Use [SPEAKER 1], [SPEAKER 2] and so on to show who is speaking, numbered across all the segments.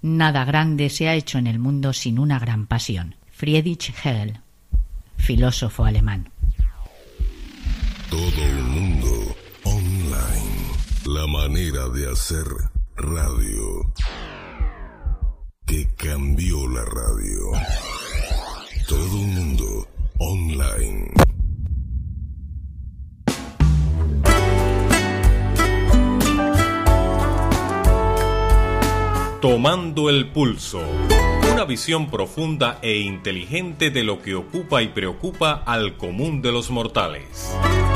[SPEAKER 1] Nada grande se ha hecho en el mundo sin una gran pasión. Friedrich Hegel, filósofo alemán.
[SPEAKER 2] Todo el mundo online. La manera de hacer radio que cambió la radio. Todo el mundo online.
[SPEAKER 3] Tomando el pulso. Una visión profunda e inteligente de lo que ocupa y preocupa al común de los mortales.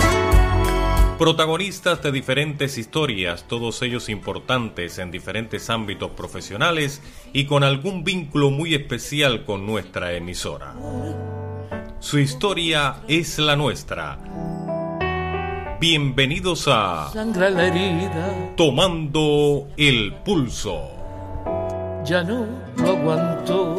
[SPEAKER 3] Protagonistas de diferentes historias, todos ellos importantes en diferentes ámbitos profesionales y con algún vínculo muy especial con nuestra emisora. Su historia es la nuestra. Bienvenidos a
[SPEAKER 4] Sangra la herida.
[SPEAKER 3] Tomando el pulso.
[SPEAKER 4] Ya no lo aguanto.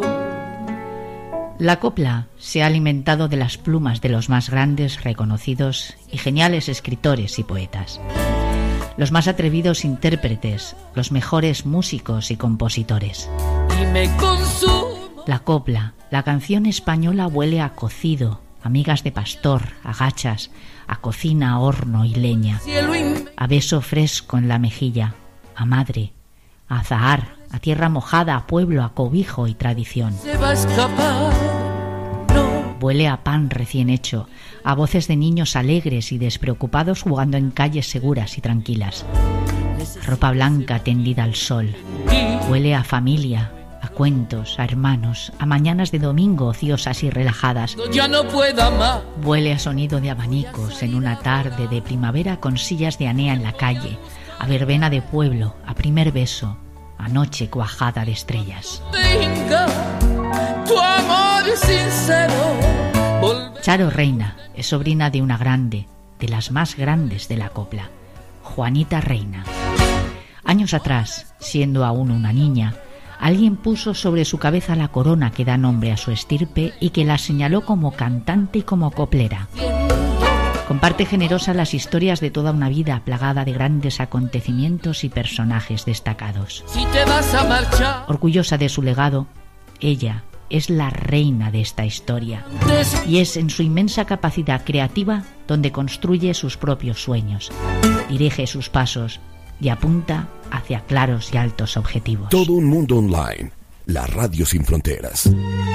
[SPEAKER 1] La copla se ha alimentado de las plumas de los más grandes, reconocidos y geniales escritores y poetas. Los más atrevidos intérpretes, los mejores músicos y compositores.
[SPEAKER 4] Y me consumo.
[SPEAKER 1] La copla, la canción española huele a cocido, a migas de pastor, a gachas, a cocina, a horno y leña, a beso fresco en la mejilla, a madre, a azahar, a tierra mojada, a pueblo, a cobijo y tradición.
[SPEAKER 4] Se va a escapar. No.
[SPEAKER 1] Huele a pan recién hecho, a voces de niños alegres y despreocupados jugando en calles seguras y tranquilas. A ropa blanca tendida al sol. Huele a familia, a cuentos, a hermanos, a mañanas de domingo ociosas y relajadas.
[SPEAKER 4] Ya no pueda más.
[SPEAKER 1] Huele a sonido de abanicos en una tarde de primavera con sillas de anea en la calle, a verbena de pueblo, a primer beso, a noche cuajada de estrellas.
[SPEAKER 4] Venga, tu amor sincero.
[SPEAKER 1] Charo Reina es sobrina de una grande, de las más grandes de la copla, Juanita Reina. Años atrás, siendo aún una niña, alguien puso sobre su cabeza la corona que da nombre a su estirpe y que la señaló como cantante y como coplera. Comparte generosa las historias de toda una vida plagada de grandes acontecimientos y personajes destacados.
[SPEAKER 4] Si te vas a marchar.
[SPEAKER 1] Orgullosa de su legado, ella es la reina de esta historia y es en su inmensa capacidad creativa donde construye sus propios sueños, dirige sus pasos y apunta hacia claros y altos objetivos.
[SPEAKER 2] Todo un mundo online. La radio sin fronteras.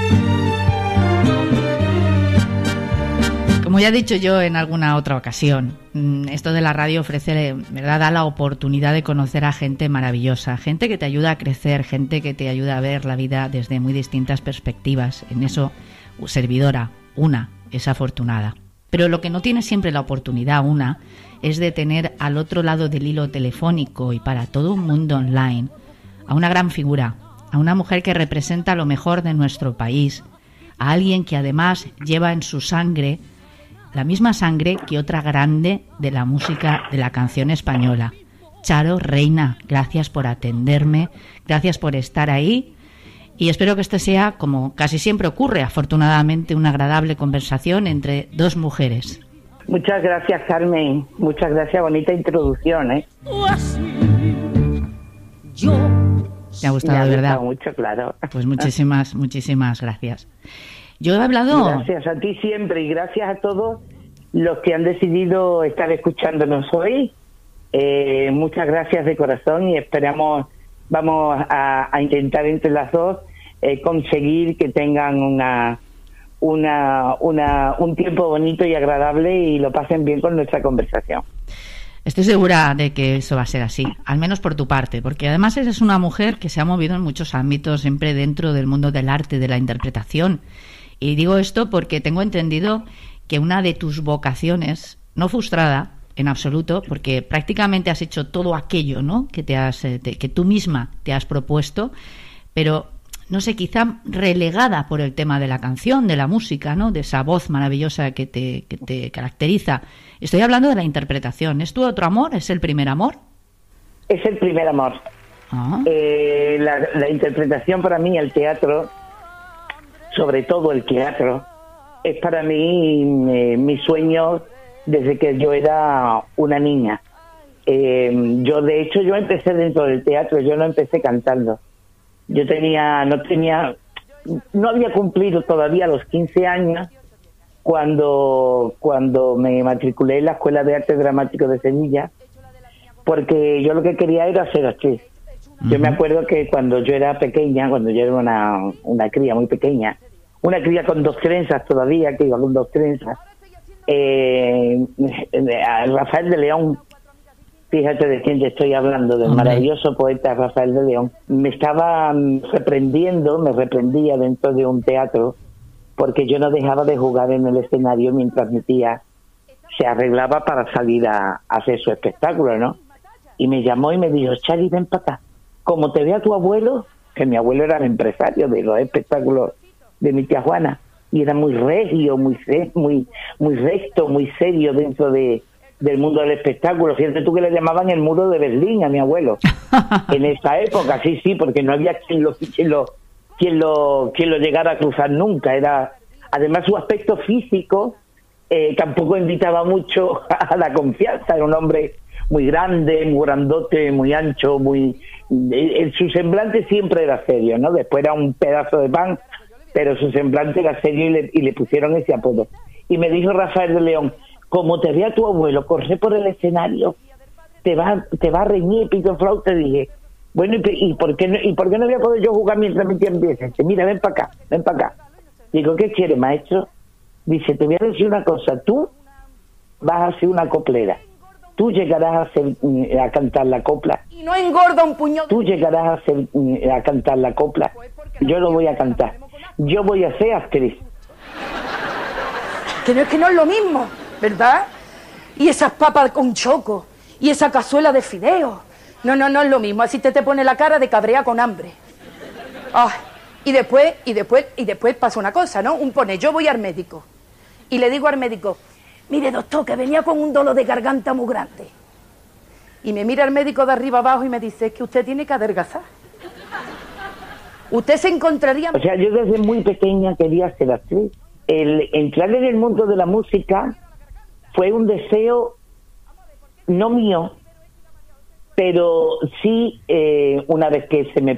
[SPEAKER 1] Como ya he dicho yo en alguna otra ocasión, esto de la radio ofrece, ¿verdad?, da la oportunidad de conocer a gente maravillosa, gente que te ayuda a crecer, gente que te ayuda a ver la vida desde muy distintas perspectivas. En eso, servidora, una, es afortunada. Pero lo que no tiene siempre la oportunidad, una, es de tener al otro lado del hilo telefónico y para todo un mundo online a una gran figura, a una mujer que representa lo mejor de nuestro país, a alguien que además lleva en su sangre la misma sangre que otra grande de la música de la canción española. Charo Reina, gracias por atenderme, gracias por estar ahí y espero que esto sea, como casi siempre ocurre, afortunadamente, una agradable conversación entre dos mujeres.
[SPEAKER 5] Muchas gracias, Carmen. Muchas gracias, bonita introducción, ¿eh?
[SPEAKER 1] ¿Te ha gustado, de verdad?
[SPEAKER 5] Me ha gustado mucho, claro.
[SPEAKER 1] Pues muchísimas gracias. Yo he hablado...
[SPEAKER 5] Gracias a ti siempre y gracias a todos los que han decidido estar escuchándonos hoy. Muchas gracias de corazón y esperamos, vamos a intentar entre las dos conseguir que tengan un tiempo bonito y agradable y lo pasen bien con nuestra conversación.
[SPEAKER 1] Estoy segura de que eso va a ser así, al menos por tu parte, porque además eres una mujer que se ha movido en muchos ámbitos, siempre dentro del mundo del arte, de la interpretación. Y digo esto porque tengo entendido que una de tus vocaciones, no frustrada en absoluto, porque prácticamente has hecho todo aquello, ¿no?, que que tú misma te has propuesto, pero no sé, quizá relegada por el tema de la canción, de la música, ¿no?, de esa voz maravillosa que te caracteriza. Estoy hablando de la interpretación. ¿Es tu otro amor? ¿Es el primer amor?
[SPEAKER 5] Es el primer amor.
[SPEAKER 1] Ah.
[SPEAKER 5] La interpretación para mí, el teatro, sobre todo el teatro, es para mí mi sueño desde que yo era una niña. Yo empecé dentro del teatro, yo no empecé cantando. no había cumplido todavía los 15 años cuando me matriculé en la Escuela de Arte Dramático de Sevilla, porque yo lo que quería era ser actriz. Yo me acuerdo que cuando yo era pequeña, cuando yo era una cría muy pequeña, una cría con 2 trenzas todavía, que iba con 2 trenzas, Rafael de León, fíjate de quién te estoy hablando, del maravilloso poeta Rafael de León, me estaba me reprendía dentro de un teatro, porque yo no dejaba de jugar en el escenario mientras mi tía se arreglaba para salir a hacer su espectáculo, ¿no? Y me llamó y me dijo, Chari, ven para acá. Como te vea tu abuelo, que mi abuelo era el empresario de los espectáculos de mi tía Juana, y era muy regio, muy recto, muy serio dentro del mundo del espectáculo. Fíjate tú que le llamaban el muro de Berlín a mi abuelo. En esa época, sí, porque no había quien lo llegara a cruzar nunca. Además, su aspecto físico tampoco invitaba mucho a la confianza. Era un hombre muy grande, muy grandote, muy ancho, su semblante siempre era serio, ¿no? Después era un pedazo de pan, pero su semblante era serio y le pusieron ese apodo. Y me dijo Rafael de León, como te vea tu abuelo correr por el escenario, te va a reñir pito en flauta. Y dije, bueno, ¿y por qué no voy a poder yo jugar mientras mi tía empieza? Dice, mira, ven para acá. Digo, ¿qué quiere, maestro? Dice, te voy a decir una cosa, tú vas a ser una coplera. Tú llegarás a cantar la copla.
[SPEAKER 6] Y no engorda un puño.
[SPEAKER 5] Tú llegarás a cantar la copla. Yo no voy a cantar. Yo voy a ser actriz.
[SPEAKER 6] Que no es lo mismo, ¿verdad? Y esas papas con choco. Y esa cazuela de fideos. No es lo mismo. Así te pone la cara de cabrea con hambre. Ah, y después pasa una cosa, ¿no? Yo voy al médico. Y le digo al médico, mire, doctor, que venía con un dolor de garganta muy grande. Y me mira el médico de arriba abajo y me dice, es que usted tiene que adelgazar. Usted se encontraría...
[SPEAKER 5] O sea, yo desde muy pequeña quería ser actriz. El entrar en el mundo de la música fue un deseo no mío, pero sí, una vez que se me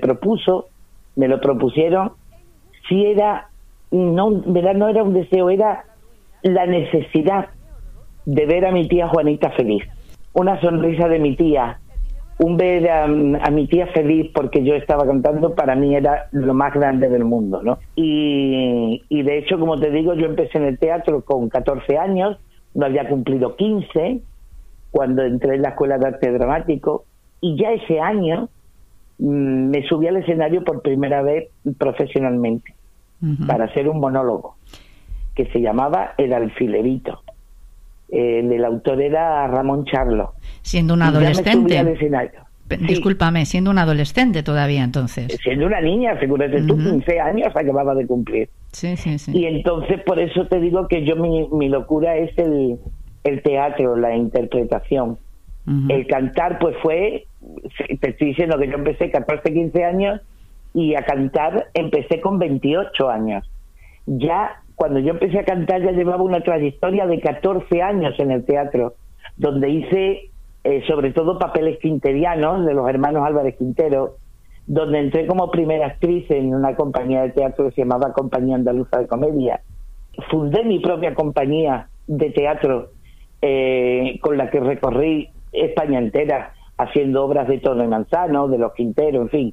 [SPEAKER 5] lo propusieron, sí era, no era un deseo, era la necesidad de ver a mi tía Juanita feliz. Una sonrisa de mi tía, un ver a mi tía feliz porque yo estaba cantando, para mí era lo más grande del mundo, ¿no? Y de hecho, como te digo, yo empecé en el teatro con 14 años, no había cumplido 15 cuando entré en la Escuela de Arte Dramático, y ya ese año me subí al escenario por primera vez profesionalmente, para hacer un monólogo que se llamaba El Alfilerito. El autor era Ramón Charlo.
[SPEAKER 1] Siendo un adolescente.
[SPEAKER 5] Ya me subí al escenario.
[SPEAKER 1] Discúlpame, siendo un adolescente todavía entonces.
[SPEAKER 5] Siendo una niña, figúrate tú, 15 años acababa de cumplir.
[SPEAKER 1] Sí.
[SPEAKER 5] Y entonces por eso te digo que yo mi locura es el teatro, la interpretación. El cantar pues te estoy diciendo que yo empecé 14, 15 años y a cantar empecé con 28 años. Ya cuando yo empecé a cantar ya llevaba una trayectoria de 14 años en el teatro, donde hice sobre todo papeles quinterianos de los hermanos Álvarez Quintero, donde entré como primera actriz en una compañía de teatro que se llamaba Compañía Andaluza de Comedia. Fundé mi propia compañía de teatro con la que recorrí España entera haciendo obras de Tono y Manzano, de los Quinteros, en fin.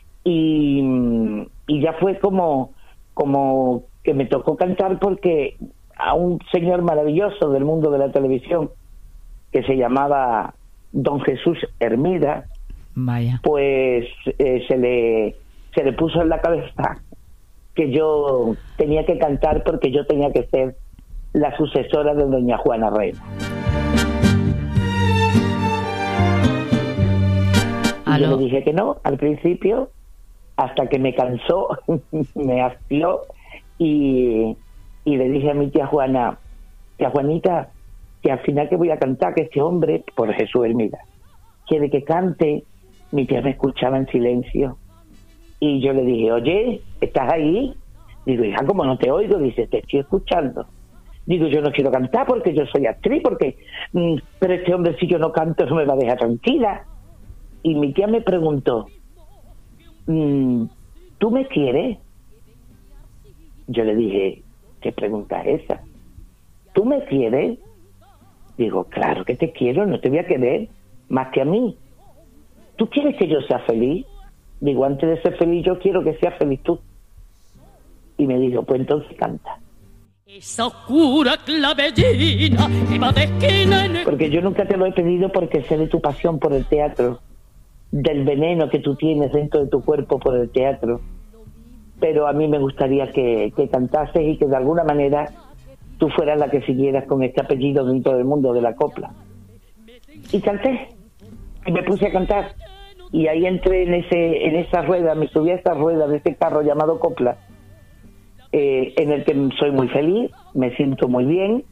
[SPEAKER 5] Y ya fue como que me tocó cantar porque a un señor maravilloso del mundo de la televisión que se llamaba Don Jesús Hermida,
[SPEAKER 1] vaya,
[SPEAKER 5] pues se le puso en la cabeza que yo tenía que cantar porque yo tenía que ser la sucesora de doña Juana Reina. Y yo le dije que no al principio, hasta que me cansó, me hastió, y le dije a mi tía Juana, tía Juanita, que al final que voy a cantar, que este hombre, por Jesús Hermida, quiere que cante. Mi tía me escuchaba en silencio y yo le dije, oye, ¿estás ahí? Digo, hija, ¿cómo no te oigo? Dice, te estoy escuchando. Digo, yo no quiero cantar porque yo soy actriz, pero este hombre, si yo no canto, no me va a dejar tranquila. Y mi tía me preguntó, ¿tú me quieres? Yo le dije, ¿qué pregunta es esa? ¿Tú me quieres? Digo, claro que te quiero, no te voy a querer más que a mí. ¿Tú quieres que yo sea feliz? Digo, antes de ser feliz, yo quiero que seas feliz tú. Y me dijo, pues entonces canta.
[SPEAKER 4] Esa oscura clavellina iba de esquina en el...
[SPEAKER 5] Porque yo nunca te lo he pedido porque sé de tu pasión por el teatro, del veneno que tú tienes dentro de tu cuerpo por el teatro. Pero a mí me gustaría que cantases y que de alguna manera tú fueras la que siguieras con este apellido dentro del mundo de la copla. Y canté, y me puse a cantar. Y ahí entré en esa rueda, me subí a esa rueda de ese carro llamado copla, en el que soy muy feliz, me siento muy bien,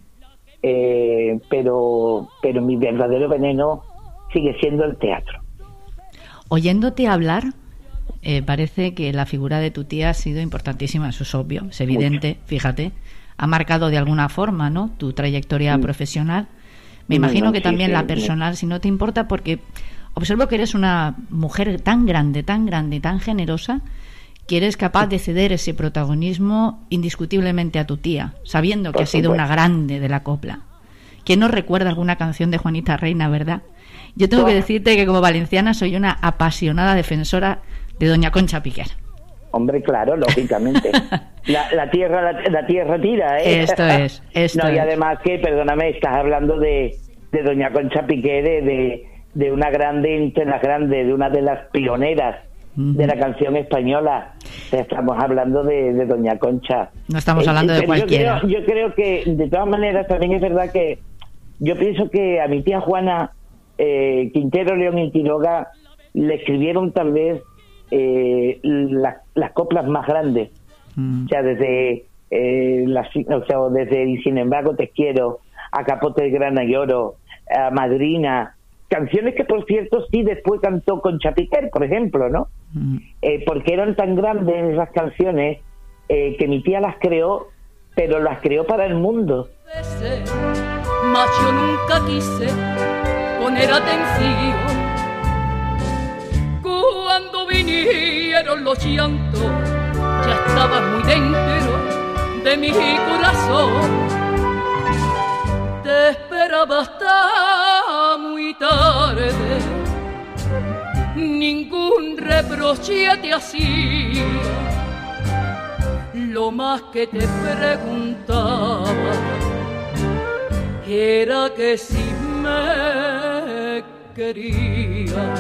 [SPEAKER 5] pero mi verdadero veneno sigue siendo el teatro.
[SPEAKER 1] Oyéndote hablar, parece que la figura de tu tía ha sido importantísima, eso es obvio, es evidente, mucho. Fíjate, ha marcado de alguna forma, ¿no?, tu trayectoria profesional. Me imagino que también la personal, si no te importa, porque observo que eres una mujer tan grande y tan generosa, que eres capaz de ceder ese protagonismo indiscutiblemente a tu tía, sabiendo que ha sido una grande de la copla. ¿Quién no recuerda alguna canción de Juanita Reina, verdad? Yo tengo que decirte que como valenciana soy una apasionada defensora de doña Concha Piquer.
[SPEAKER 5] Hombre, claro, lógicamente. la tierra tira, ¿eh?
[SPEAKER 1] Esto es.
[SPEAKER 5] No, y además que, perdóname, estás hablando de doña Concha Piquer, de una grande entre las grandes, de una de las pioneras de la canción española. Estamos hablando de doña Concha.
[SPEAKER 1] No estamos hablando de cualquiera.
[SPEAKER 5] Yo creo que, de todas maneras, también es verdad que yo pienso que a mi tía Juana, Quintero, León y Quiroga le escribieron tal vez las coplas más grandes. O sea, desde desde Y sin embargo te quiero, a Capote de Grana y Oro, a Madrina, canciones que por cierto sí después cantó Concha Piquer, por ejemplo, ¿no? Porque eran tan grandes esas canciones que mi tía las creó, pero las creó para el mundo.
[SPEAKER 4] Mas yo nunca quise poner atención cuando vinieron los llantos, ya estaba muy dentro de mi corazón. Te esperaba hasta muy tarde, ningún reproche te hacía. Lo más que te preguntaba era que si me quería.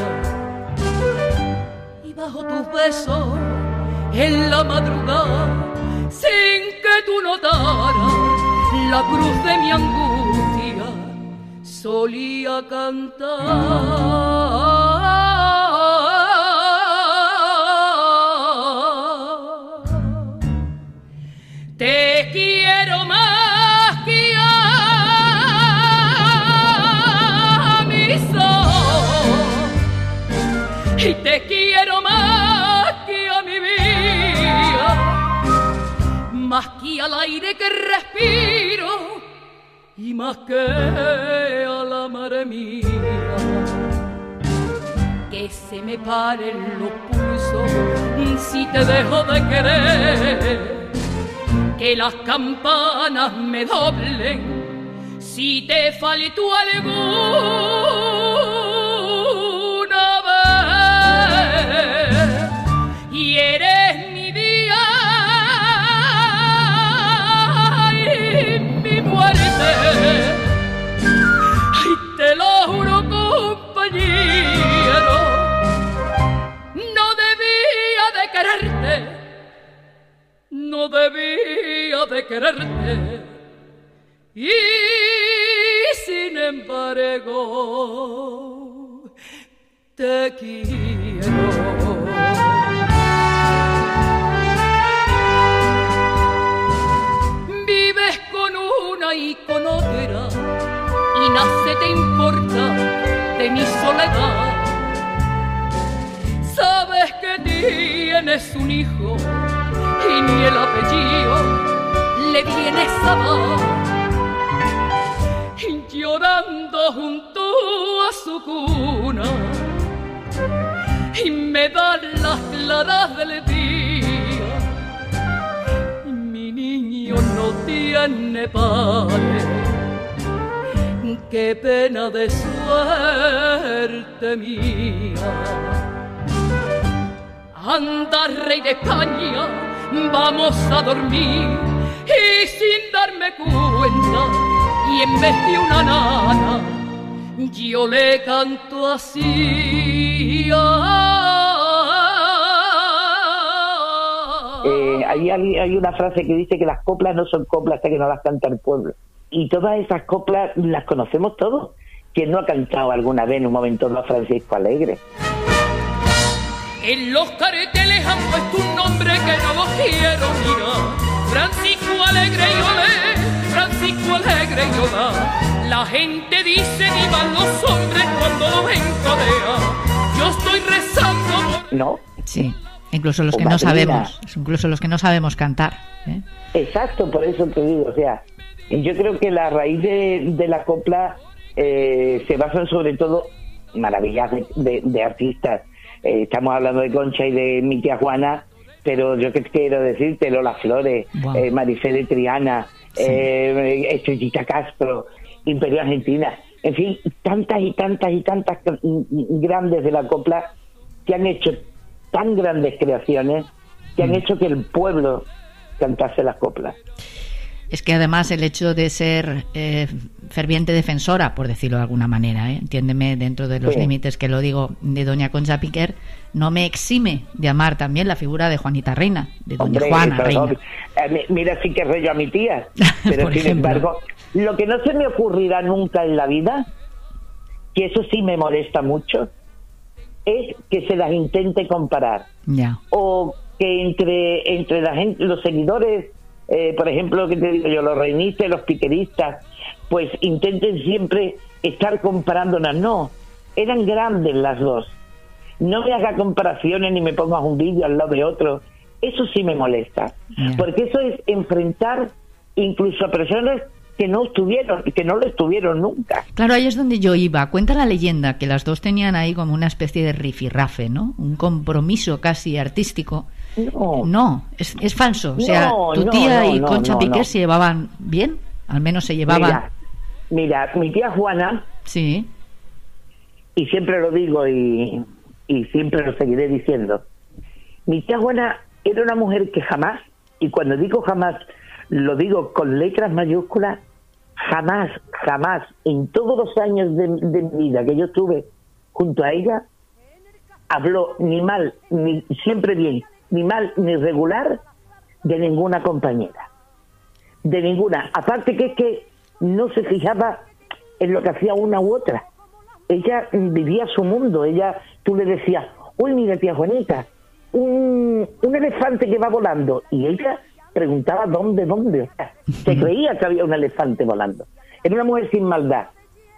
[SPEAKER 4] Y bajo tus besos en la madrugada, sin que tú notaras la cruz de mi angustia, solía cantar. Te quiero más que a mis ojos y te quiero más que a mi vida, más que al aire que respiro y más que a la madre mía. Que se me paren los pulsos si te dejo de querer, que las campanas me doblen si te falto alguna vez. Y eres mi día y mi muerte. Ay, te lo juro, compañero, no debía de quererte, no debía de quererte, y sin embargo te quiero. Vives con una y con otra y nace te importa de mi soledad. Sabes que tienes un hijo y ni el apellido le vienes a dar, llorando junto a su cuna, y me dan las claras del día me pare. Qué pena de suerte mía. Anda, rey de España, vamos a dormir. Y sin darme cuenta, y en vez de una nana, yo le canto así.
[SPEAKER 5] Hay una frase que dice que las coplas no son coplas hasta que no las canta el pueblo. Y todas esas coplas las conocemos todos. ¿Quién no ha cantado alguna vez en un momento dado a Francisco Alegre?
[SPEAKER 4] En los carteles han puesto un nombre que no lo quiero mirar. Francisco Alegre y olé, Francisco Alegre y olá. La gente dice vivan los hombres cuando lo ven codear. Yo estoy rezando por...
[SPEAKER 5] ¿No?
[SPEAKER 1] Sí, incluso los que no sabemos, incluso los que no sabemos cantar, ¿eh?
[SPEAKER 5] Exacto, por eso te digo, o sea, yo creo que la raíz de la copla se basan sobre todo maravillas de artistas. Estamos hablando de Concha y de mi tía Juana, pero yo que quiero decirte, Lola Flores, wow. Marifé de Triana, sí. Estrellita Castro, Imperio Argentina, en fin, tantas y tantas y tantas grandes de la copla que han hecho tan grandes creaciones que han hecho que el pueblo cantase las coplas.
[SPEAKER 1] Es que además el hecho de ser ferviente defensora, por decirlo de alguna manera, entiéndeme, dentro de los límites que lo digo, de doña Concha Piquer, no me exime de amar también la figura de Juanita Reina, de doña Juana Reina.
[SPEAKER 5] Mira, sí que rollo a mi tía, pero sin embargo, lo que no se me ocurrirá nunca en la vida, que eso sí me molesta mucho, es que se las intente comparar.
[SPEAKER 1] Ya.
[SPEAKER 5] O que entre la gente, los seguidores, por ejemplo, que te digo yo, los reinistas, los piqueristas, pues intenten siempre estar comparándolas. No, eran grandes las dos. No me haga comparaciones ni me pongas un vídeo al lado de otro. Eso sí me molesta, porque eso es enfrentar incluso a personas que no lo estuvieron nunca.
[SPEAKER 1] Claro, ahí es donde yo iba. Cuenta la leyenda que las dos tenían ahí como una especie de rifirrafe, ¿no? Un compromiso casi artístico. No, es falso. O sea, tu tía y Concha Piquer se llevaban bien, al menos se llevaban.
[SPEAKER 5] Mira, mi tía Juana,
[SPEAKER 1] sí,
[SPEAKER 5] y siempre lo digo y siempre lo seguiré diciendo, mi tía Juana era una mujer que jamás, y cuando digo jamás, lo digo con letras mayúsculas, jamás en todos los años de mi vida que yo estuve junto a ella, habló ni mal, ni siempre bien, ni mal ni regular de ninguna compañera, de ninguna. Aparte que es que no se fijaba en lo que hacía una u otra. Ella vivía su mundo. Tú le decías, uy, mira, tía Juanita, un elefante que va volando, y ella preguntaba dónde. O sea, se creía que había un elefante volando. Era una mujer sin maldad.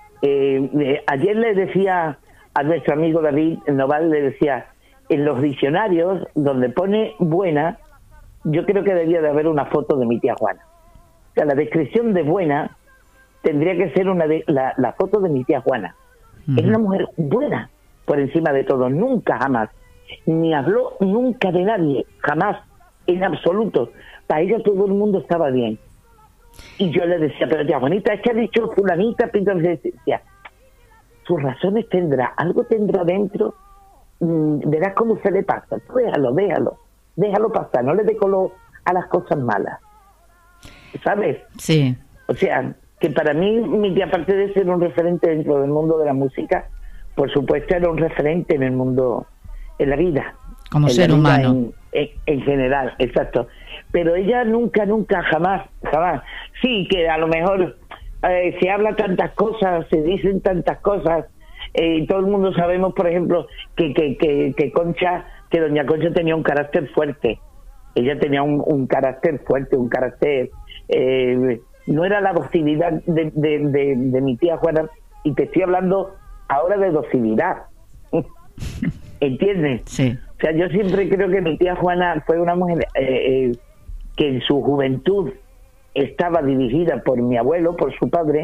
[SPEAKER 5] Ayer le decía a nuestro amigo David Noval, le decía, en los diccionarios donde pone buena, yo creo que debería de haber una foto de mi tía Juana. O sea, la descripción de buena tendría que ser la foto de mi tía Juana. Era una mujer buena, por encima de todo, nunca jamás, ni habló nunca de nadie, jamás, en absoluto. Para ella todo el mundo estaba bien. Y yo le decía, pero tía Juanita, es que ha dicho fulanita, decía, sus razones tendrá, algo tendrá dentro, verás cómo se le pasa. Déjalo pasar, no le dé color a las cosas malas, ¿sabes?
[SPEAKER 1] Sí.
[SPEAKER 5] O sea, que para mí, mi tía, aparte de ser un referente dentro del mundo de la música, por supuesto era un referente en el mundo, en la vida.
[SPEAKER 1] Como ser humano.
[SPEAKER 5] En general, exacto. Pero ella nunca, jamás. Sí, que a lo mejor se habla tantas cosas, se dicen tantas cosas, todo el mundo sabemos, por ejemplo, que doña Concha tenía un carácter fuerte. Ella tenía un carácter fuerte, un carácter... no era la docilidad de mi tía Juana, y te estoy hablando ahora de docilidad. ¿Entiendes?
[SPEAKER 1] Sí.
[SPEAKER 5] O sea, yo siempre creo que mi tía Juana fue una mujer que en su juventud estaba dirigida por mi abuelo, por su padre,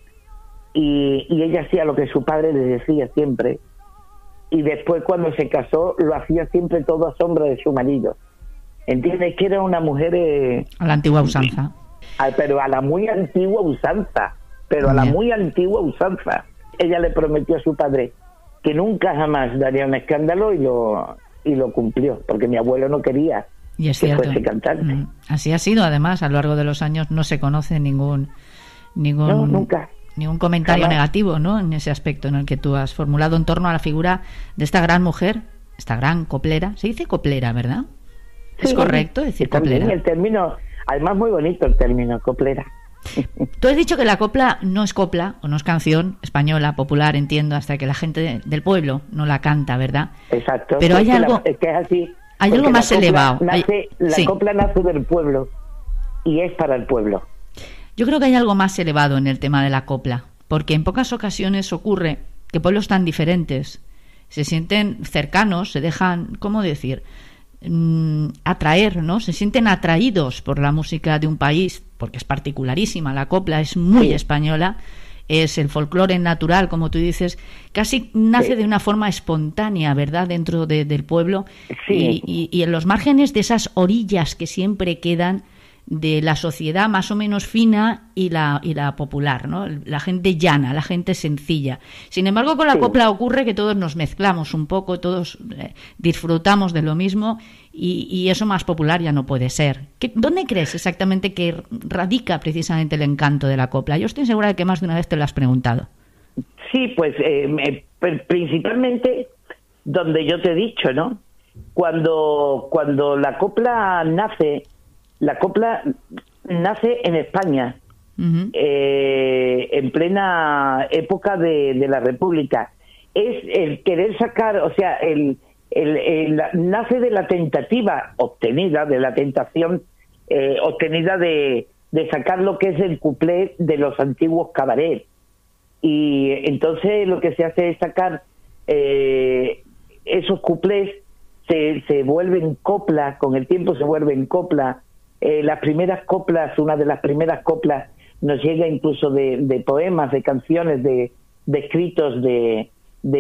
[SPEAKER 5] y ella hacía lo que su padre le decía siempre, y después cuando se casó lo hacía siempre todo a sombra de su marido. ¿Entiendes? Que era una mujer...
[SPEAKER 1] a la antigua usanza.
[SPEAKER 5] pero a la muy antigua usanza, a la muy antigua usanza. Ella le prometió a su padre que nunca jamás daría un escándalo y lo cumplió, porque mi abuelo no quería
[SPEAKER 1] y es
[SPEAKER 5] que
[SPEAKER 1] cierto.
[SPEAKER 5] fuese cantante.
[SPEAKER 1] Así ha sido, además, a lo largo de los años no se conoce ningún
[SPEAKER 5] nunca.
[SPEAKER 1] Ningún comentario
[SPEAKER 5] Jamás.
[SPEAKER 1] negativo, ¿no?, en ese aspecto en el que tú has formulado en torno a la figura de esta gran mujer, esta gran coplera. Se dice coplera, ¿verdad? ¿Es correcto decir
[SPEAKER 5] también
[SPEAKER 1] coplera?
[SPEAKER 5] el término, además muy bonito el término, coplera.
[SPEAKER 1] Tú has dicho que la copla no es copla o no es canción española, popular, entiendo, hasta que la gente del pueblo no la canta, ¿verdad?
[SPEAKER 5] Exacto.
[SPEAKER 1] Pero hay algo...
[SPEAKER 5] Es que es así.
[SPEAKER 1] Hay algo más elevado.
[SPEAKER 5] La copla nace del pueblo y es para el pueblo.
[SPEAKER 1] Yo creo que hay algo más elevado en el tema de la copla, porque en pocas ocasiones ocurre que pueblos tan diferentes se sienten cercanos, se dejan, ¿cómo decir?, atraer, ¿no? Se sienten atraídos por la música de un país, porque es particularísima, la copla es muy española, es el folclore natural, como tú dices, casi nace de una forma espontánea, ¿verdad?, dentro del pueblo, y en los márgenes de esas orillas que siempre quedan de la sociedad más o menos fina y la popular, ¿no? La gente llana, la gente sencilla. Sin embargo, con la copla ocurre que todos nos mezclamos un poco, todos disfrutamos de lo mismo y eso más popular ya no puede ser. ¿Dónde crees exactamente que radica precisamente el encanto de la copla? Yo estoy segura de que más de una vez te lo has preguntado.
[SPEAKER 5] Sí, pues principalmente donde yo te he dicho, ¿no? Cuando la copla nace en España, en plena época de la República. Es el querer sacar, o sea, nace de la tentativa obtenida, de la tentación obtenida de sacar lo que es el cuplé de los antiguos cabarets. Y entonces lo que se hace es sacar esos cuplés, se vuelven copla, con el tiempo se vuelven copla. Las primeras coplas, una de las primeras coplas nos llega incluso de poemas, de canciones, de escritos de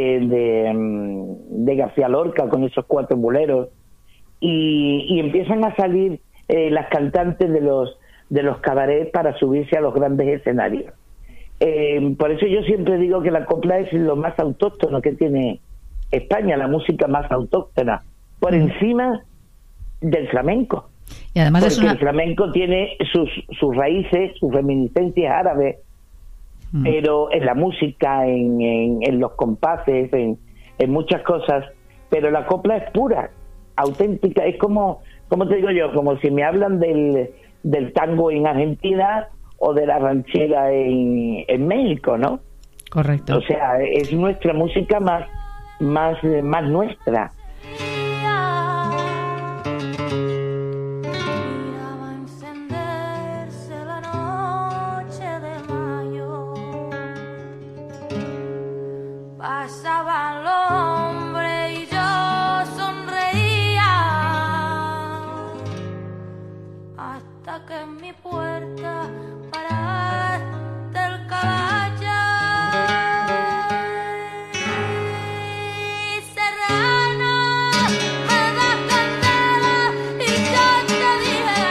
[SPEAKER 5] García Lorca, con esos 4 boleros, y empiezan a salir las cantantes de los cabarets para subirse a los grandes escenarios. Por eso yo siempre digo que la copla es lo más autóctono que tiene España, la música más autóctona, por encima del flamenco.
[SPEAKER 1] Y además
[SPEAKER 5] porque el flamenco tiene sus raíces, sus reminiscencias árabes, pero en la música, en los compases, en muchas cosas, pero la copla es pura, auténtica. Es como te digo yo, como si me hablan del tango en Argentina o de la ranchera en México, ¿no?
[SPEAKER 1] Correcto.
[SPEAKER 5] O sea, es nuestra música más nuestra.
[SPEAKER 7] Pasaban los hombres y yo sonreía hasta que en mi puerta paraste el caballo. Serrano, me das candela y yo te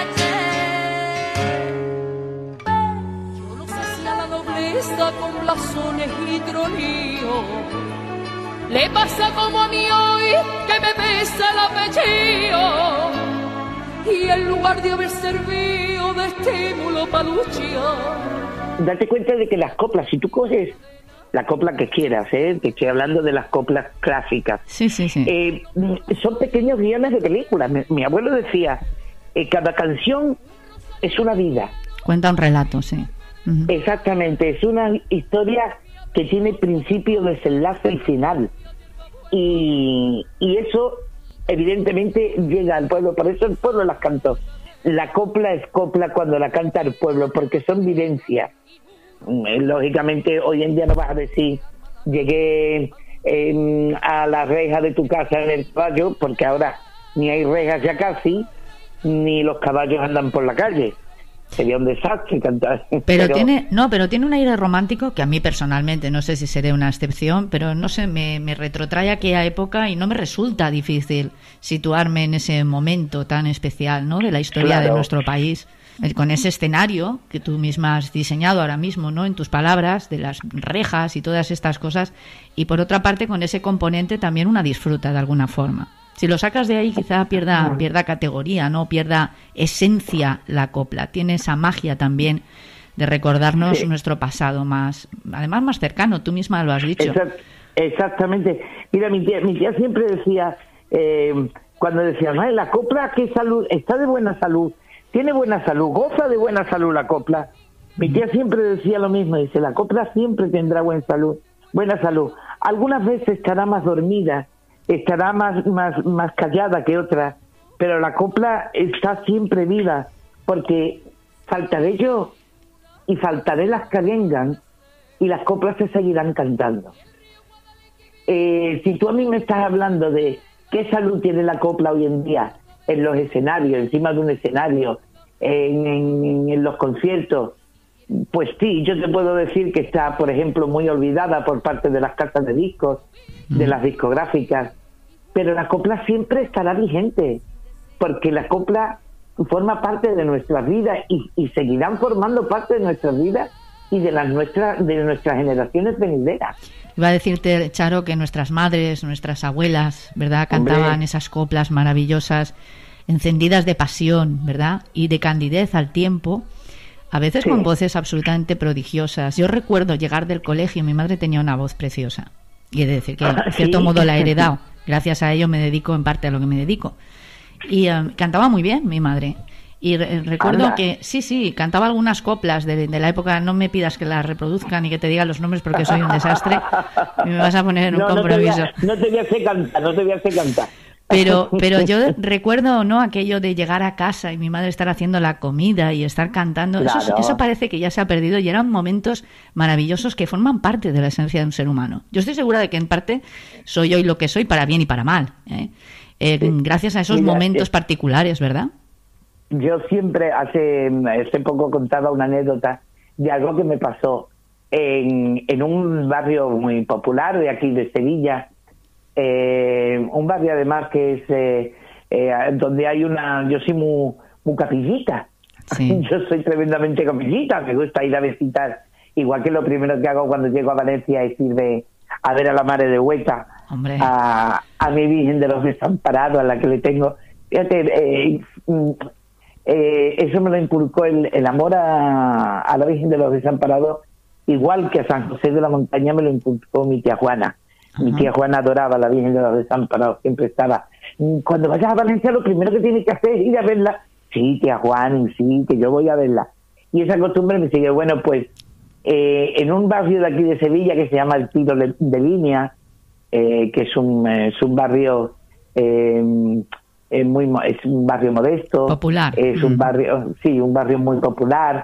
[SPEAKER 7] dije ayer.
[SPEAKER 4] Yo no sé si a la nobleza con blasones y troníos le pasa como a mí hoy, que me pesa el apellido, y en lugar de haber servido de estímulo para luchar.
[SPEAKER 5] Date cuenta de que las coplas, si tú coges la copla que quieras, te estoy hablando de las coplas clásicas,
[SPEAKER 1] Sí.
[SPEAKER 5] son pequeños guiones de películas. Mi abuelo decía, cada canción es una vida.
[SPEAKER 1] Cuenta un relato, sí.
[SPEAKER 5] Exactamente, es una historia que tiene principio, desenlace y final. Y eso evidentemente llega al pueblo, por eso el pueblo las cantó. La copla es copla cuando la canta el pueblo, porque son vivencias. Lógicamente hoy en día no vas a decir llegué a la reja de tu casa en el caballo, porque ahora ni hay rejas ya casi, ni los caballos andan por la calle. Sería un desastre cantar.
[SPEAKER 1] Pero tiene un aire romántico que a mí personalmente, no sé si seré una excepción, pero no sé, me retrotrae a aquella época y no me resulta difícil situarme en ese momento tan especial, ¿no?, de la historia de nuestro país. con ese escenario que tú misma has diseñado ahora mismo, ¿no? En tus palabras, de las rejas y todas estas cosas, y por otra parte con ese componente también una disfruta de alguna forma. Si lo sacas de ahí quizá pierda categoría, ¿no? Pierda esencia la copla. Tiene esa magia también de recordarnos nuestro pasado además más cercano, tú misma lo has dicho.
[SPEAKER 5] Exactamente. Mira, mi tía siempre decía, cuando decía, no, la copla, ¿qué salud? Está de buena salud, tiene buena salud, goza de buena salud la copla. Mi tía siempre decía lo mismo, dice, la copla siempre tendrá buena salud. Algunas veces estará más dormida, estará más callada que otras, pero la copla está siempre viva, porque faltaré yo y faltaré las que vengan y las coplas se seguirán cantando. Si tú a mí me estás hablando de qué salud tiene la copla hoy en día en los escenarios, encima de un escenario, en los conciertos, pues sí, yo te puedo decir que está, por ejemplo, muy olvidada por parte de las casas de discos, de las discográficas, pero la copla siempre estará vigente, porque la copla forma parte de nuestras vidas y seguirán formando parte de nuestras vidas y de nuestras generaciones venideras.
[SPEAKER 1] Iba a decirte, Charo, que nuestras madres, nuestras abuelas, ¿verdad?, cantaban esas coplas maravillosas, encendidas de pasión, ¿verdad?, y de candidez al tiempo, a veces con voces absolutamente prodigiosas. Yo recuerdo llegar del colegio, mi madre tenía una voz preciosa, y he de decir que en cierto modo la he heredado. Gracias a ello me dedico en parte a lo que me dedico. Y cantaba muy bien mi madre. Y recuerdo que sí, cantaba algunas coplas de la época. No me pidas que las reproduzcan ni que te diga los nombres porque soy un desastre y me vas a poner en un compromiso.
[SPEAKER 5] No te voy a hacer cantar.
[SPEAKER 1] Pero yo recuerdo, ¿no?, aquello de llegar a casa y mi madre estar haciendo la comida y estar cantando. Claro. Eso parece que ya se ha perdido y eran momentos maravillosos que forman parte de la esencia de un ser humano. Yo estoy segura de que en parte soy hoy lo que soy para bien y para mal, gracias a esos momentos particulares, ¿verdad?
[SPEAKER 5] Yo siempre, hace poco contaba una anécdota de algo que me pasó en un barrio muy popular de aquí de Sevilla, un barrio además que es donde hay yo soy muy capillita. Sí. Yo soy tremendamente capillita, me gusta ir a visitar, igual que lo primero que hago cuando llego a Valencia es ir a ver a la Madre de Hueta, a mi Virgen de los Desamparados, a la que le tengo, fíjate, eso me lo inculcó el amor a la Virgen de los Desamparados, igual que a San José de la Montaña me lo inculcó mi tía Juana. Mi tía Juana adoraba a la Virgen de los Desamparados, siempre estaba. Cuando vayas a Valencia lo primero que tienes que hacer es ir a verla. Sí, tía Juana, sí, que yo voy a verla. Y esa costumbre me sigue. Bueno, pues en un barrio de aquí de Sevilla que se llama el Tiro de Línea, que es un barrio es un barrio modesto, popular, es un barrio muy popular,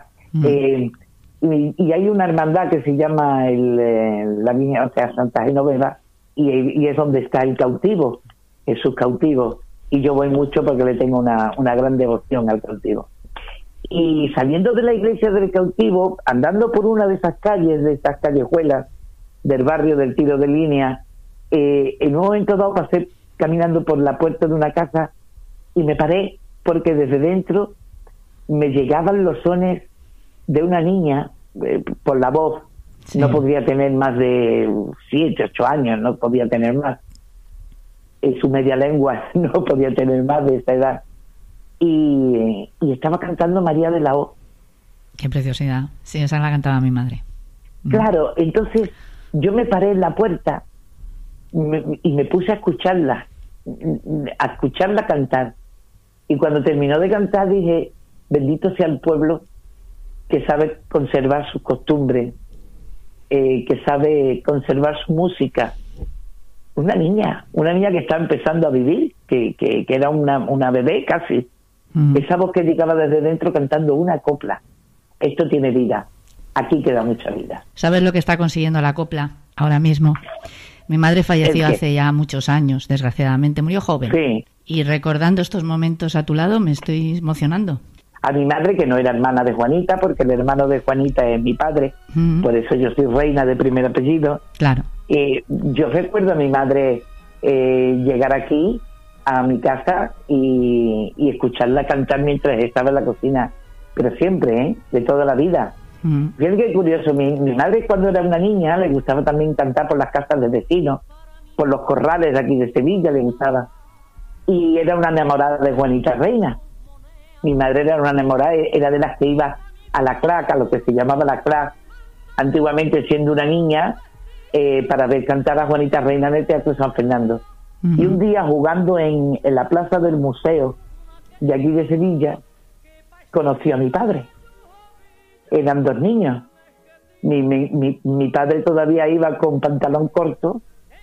[SPEAKER 5] y hay una hermandad que se llama la Virgen, o sea, Santa Genoveva, y es donde está el cautivo, Jesús cautivo, y yo voy mucho porque le tengo una gran devoción al cautivo. Y saliendo de la iglesia del cautivo, andando por una de esas callejuelas del barrio del Tiro de Línea, en un momento dado pasé caminando por la puerta de una casa y me paré porque desde dentro me llegaban los sones de una niña, por la voz. Sí. No podría tener más de 7, 8 años, no podía tener más. Su media lengua no podía tener más de esa edad. Y estaba cantando María de la O.
[SPEAKER 1] Qué preciosidad. Sí, esa la cantaba mi madre.
[SPEAKER 5] Claro, entonces yo me paré en la puerta y me puse a escucharla cantar. Y cuando terminó de cantar dije, bendito sea el pueblo que sabe conservar sus costumbres, que sabe conservar su música. Una niña que está empezando a vivir, que era una bebé casi. Esa voz que llegaba desde dentro cantando una copla. Esto tiene vida. Aquí queda mucha vida.
[SPEAKER 1] ¿Sabes lo que está consiguiendo la copla ahora mismo? Mi madre falleció hace ya muchos años, desgraciadamente. Murió joven. Sí. Y recordando estos momentos a tu lado me estoy emocionando.
[SPEAKER 5] A mi madre, que no era hermana de Juanita, porque el hermano de Juanita es mi padre, por eso yo soy Reina de primer apellido.
[SPEAKER 1] Claro.
[SPEAKER 5] Yo recuerdo a mi madre llegar aquí, a mi casa, y escucharla cantar mientras estaba en la cocina. pero siempre, de toda la vida. Fíjate qué curioso, mi madre cuando era una niña le gustaba también cantar por las casas de vecinos, por los corrales de aquí de Sevilla le gustaba, y era una enamorada de Juanita Reina. Mi madre era una enamorada, era de las que iba a la CRAC, a lo que se llamaba la CRAC, antiguamente siendo una niña, para ver cantar a Juanita Reina en el Teatro San Fernando. Y un día jugando en la plaza del museo de aquí de Sevilla, conocí a mi padre. Eran 2 niños. Mi padre todavía iba con pantalón corto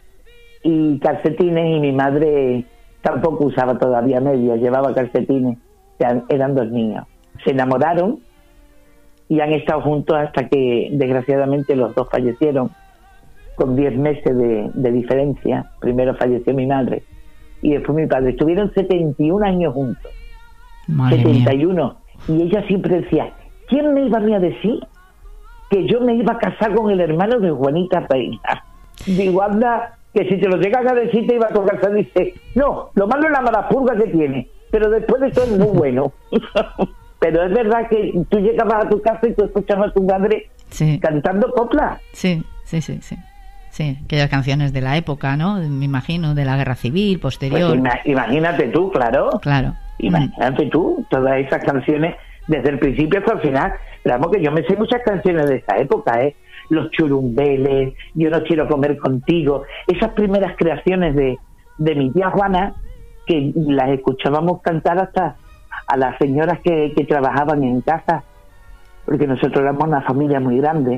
[SPEAKER 5] y calcetines, y mi madre tampoco usaba todavía medias, llevaba calcetines. O sea, eran 2 niños. Se enamoraron y han estado juntos hasta que desgraciadamente los 2 fallecieron con 10 meses de diferencia. Primero falleció mi madre y después mi padre. Estuvieron 71 años juntos.
[SPEAKER 1] Madre
[SPEAKER 5] 71 mía. Y ella siempre decía, ¿quién me iba a mí a decir que yo me iba a casar con el hermano de Juanita Reina? Digo, anda, que si te lo llegas a decir te iba a tocar. Dice, no, lo malo es la mala purga que tiene, pero después de todo es muy bueno. Pero es verdad que tú llegabas a tu casa y tú escuchabas a tu madre cantando copla.
[SPEAKER 1] Sí. Sí, aquellas canciones de la época, ¿no? Me imagino, de la Guerra Civil, posterior.
[SPEAKER 5] Pues imagínate tú, claro. Imagínate tú, todas esas canciones desde el principio hasta el final. Pero vamos, que yo me sé muchas canciones de esa época, Los churumbeles, Yo no quiero comer contigo. Esas primeras creaciones de mi tía Juana, que las escuchábamos cantar hasta a las señoras que trabajaban en casa, porque nosotros éramos una familia muy grande.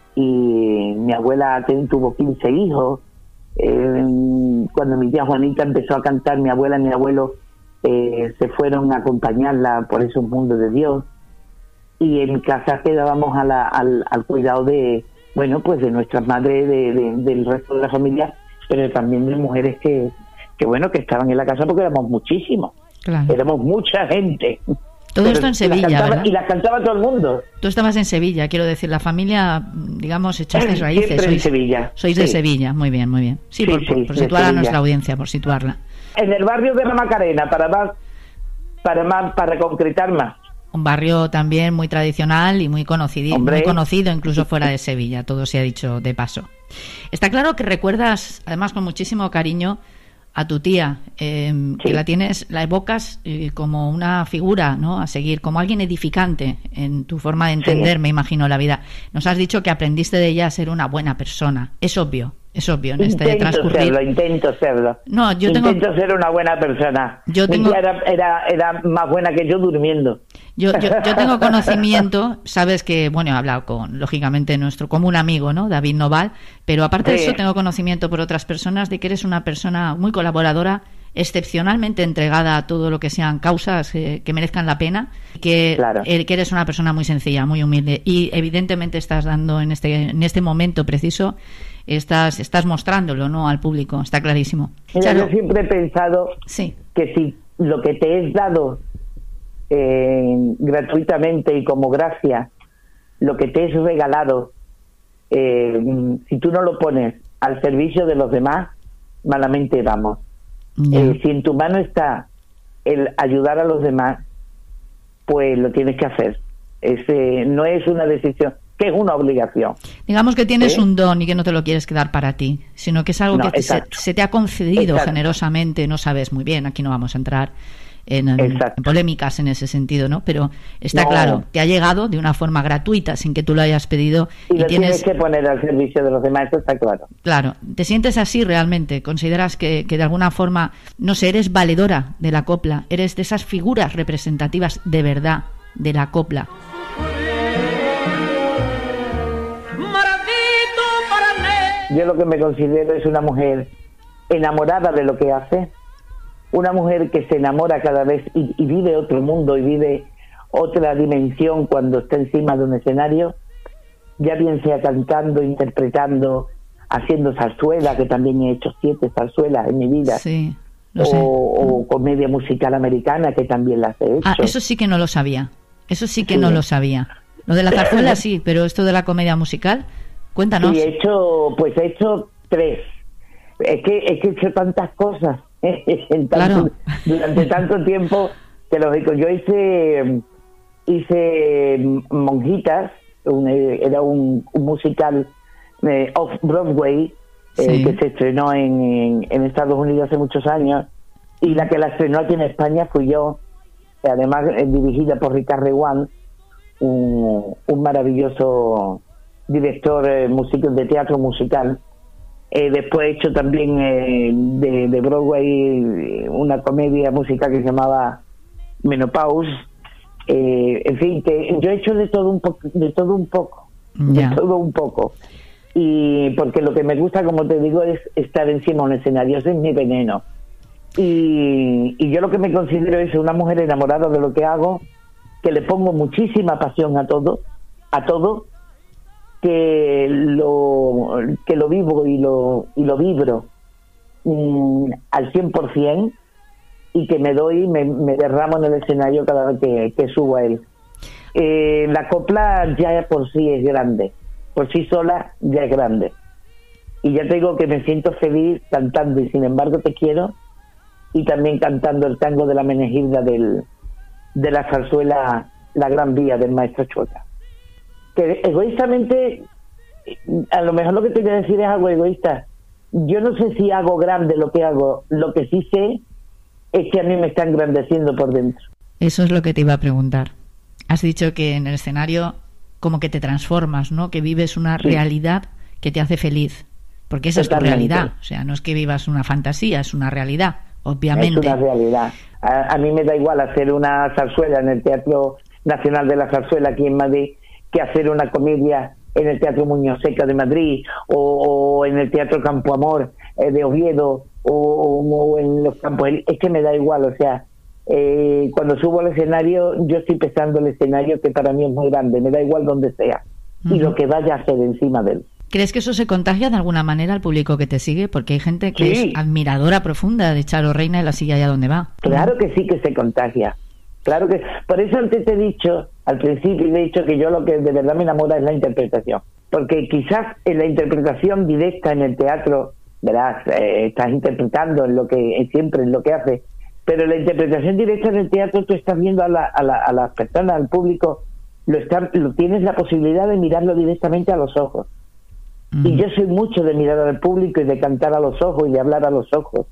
[SPEAKER 5] Y mi abuela tuvo 15 hijos. Cuando mi tía Juanita empezó a cantar, mi abuela y mi abuelo se fueron a acompañarla por esos mundos de Dios, y en casa quedábamos al cuidado de nuestras madres, del resto de la familia, pero también de mujeres que estaban en la casa, porque éramos muchísimos. Claro. Éramos mucha gente.
[SPEAKER 1] Todo esto en Sevilla, ¿verdad?
[SPEAKER 5] Y las cantaba todo el mundo.
[SPEAKER 1] Tú estabas en Sevilla, quiero decir, la familia, digamos, echasteis raíces.
[SPEAKER 5] Siempre en Sevilla.
[SPEAKER 1] Sois de Sevilla, muy bien, muy bien. Sí, por situar a nuestra audiencia, por situarla.
[SPEAKER 5] En el barrio de la Macarena, para concretar más.
[SPEAKER 1] Un barrio también muy tradicional y muy conocido, incluso fuera de Sevilla, todo se ha dicho de paso. Está claro que recuerdas, además con muchísimo cariño, a tu tía, que la evocas como una figura, ¿no?, a seguir, como alguien edificante en tu forma de entender, me imagino, la vida. Nos has dicho que aprendiste de ella a ser una buena persona. Es obvio en este transcurrir.
[SPEAKER 5] Intento serlo.
[SPEAKER 1] No,
[SPEAKER 5] intento ser una buena persona. Mi tía era más buena que yo durmiendo.
[SPEAKER 1] Yo tengo conocimiento, sabes que, he hablado lógicamente, nuestro común amigo, ¿no?, David Noval, pero aparte de eso tengo conocimiento por otras personas de que eres una persona muy colaboradora, excepcionalmente entregada a todo lo que sean causas que merezcan la pena, que eres una persona muy sencilla, muy humilde, y evidentemente estás dando en este momento preciso, estás mostrándolo, ¿no?, al público, está clarísimo.
[SPEAKER 5] Mira, yo siempre he pensado que si lo que te es dado gratuitamente y como gracia, lo que te es regalado, si tú no lo pones al servicio de los demás, malamente vamos. Si en tu mano está el ayudar a los demás, pues lo tienes que hacer. No es una decisión, que es una obligación.
[SPEAKER 1] Digamos que tienes un don y que no te lo quieres quedar para ti, sino que es algo que se te ha concedido generosamente. No sabes muy bien, aquí no vamos a entrar en polémicas en ese sentido, ¿no? Pero está claro, te ha llegado de una forma gratuita, sin que tú lo hayas pedido.
[SPEAKER 5] Y lo tienes que poner al servicio de los demás, eso está claro.
[SPEAKER 1] Claro, ¿te sientes así realmente? ¿Consideras que de alguna forma, no sé, eres valedora de la copla? ¿Eres de esas figuras representativas de verdad de la copla?
[SPEAKER 5] Yo lo que me considero es una mujer enamorada de lo que hace, una mujer que se enamora cada vez y vive otro mundo y vive otra dimensión cuando está encima de un escenario, ya bien sea cantando, interpretando, haciendo zarzuela, que también he hecho 7 zarzuelas en mi vida, o comedia musical americana, que también las he hecho.
[SPEAKER 1] Eso sí que no lo sabía, no lo sabía. Lo de la zarzuela sí, pero esto de la comedia musical, cuéntanos.
[SPEAKER 5] Sí, he hecho 3. Es que he hecho tantas cosas durante tanto tiempo, que lógico. Yo hice Monjitas, era un musical off-Broadway que se estrenó en Estados Unidos hace muchos años, y la que la estrenó aquí en España fui yo, además dirigida por Ricard Reguant, un maravilloso director de teatro musical. Después he hecho también de Broadway una comedia musical que se llamaba Menopause. En fin, que yo he hecho de todo un poco, y porque lo que me gusta, como te digo, es estar encima de un escenario. Ese es mi veneno, y yo lo que me considero es una mujer enamorada de lo que hago, que le pongo muchísima pasión a todo, que lo vivo y lo vibro al 100%, y que me derramo en el escenario cada vez que subo a él. La copla ya por sí es grande, por sí sola ya es grande, y ya te digo que me siento feliz cantando Y sin embargo te quiero, y también cantando el tango de la Menegilda de la zarzuela La Gran Vía del maestro Chueca. Que egoístamente, a lo mejor lo que te voy a decir es algo egoísta. Yo no sé si hago grande lo que hago, lo que sí sé es que a mí me está engrandeciendo por dentro.
[SPEAKER 1] Eso es lo que te iba a preguntar. Has dicho que en el escenario como que te transformas, ¿no? Que vives una realidad que te hace feliz, porque esa
[SPEAKER 5] Totalmente.
[SPEAKER 1] Es tu realidad. O sea, no es que vivas una fantasía, es una realidad, obviamente.
[SPEAKER 5] Es una realidad. A mí me da igual hacer una zarzuela en el Teatro Nacional de la Zarzuela aquí en Madrid que hacer una comedia en el Teatro Muñoz Seca de Madrid, o en el Teatro Campo Amor de Oviedo, o en los campos. Es que me da igual, o sea, cuando subo al escenario yo estoy pesando el escenario, que para mí es muy grande, me da igual donde sea, y lo que vaya a hacer encima de él.
[SPEAKER 1] ¿Crees que eso se contagia de alguna manera al público que te sigue? Porque hay gente que es admiradora profunda de Charo Reina y la sigue allá donde va.
[SPEAKER 5] Claro que sí que se contagia. Claro que... Por eso antes te he dicho, al principio he dicho que yo lo que de verdad me enamora es la interpretación. Porque quizás en la interpretación directa en el teatro, verás, estás interpretando siempre en lo que haces, pero la interpretación directa en el teatro tú estás viendo a las personas, al público, tienes la posibilidad de mirarlo directamente a los ojos. Y yo soy mucho de mirar al público y de cantar a los ojos y de hablar a los ojos,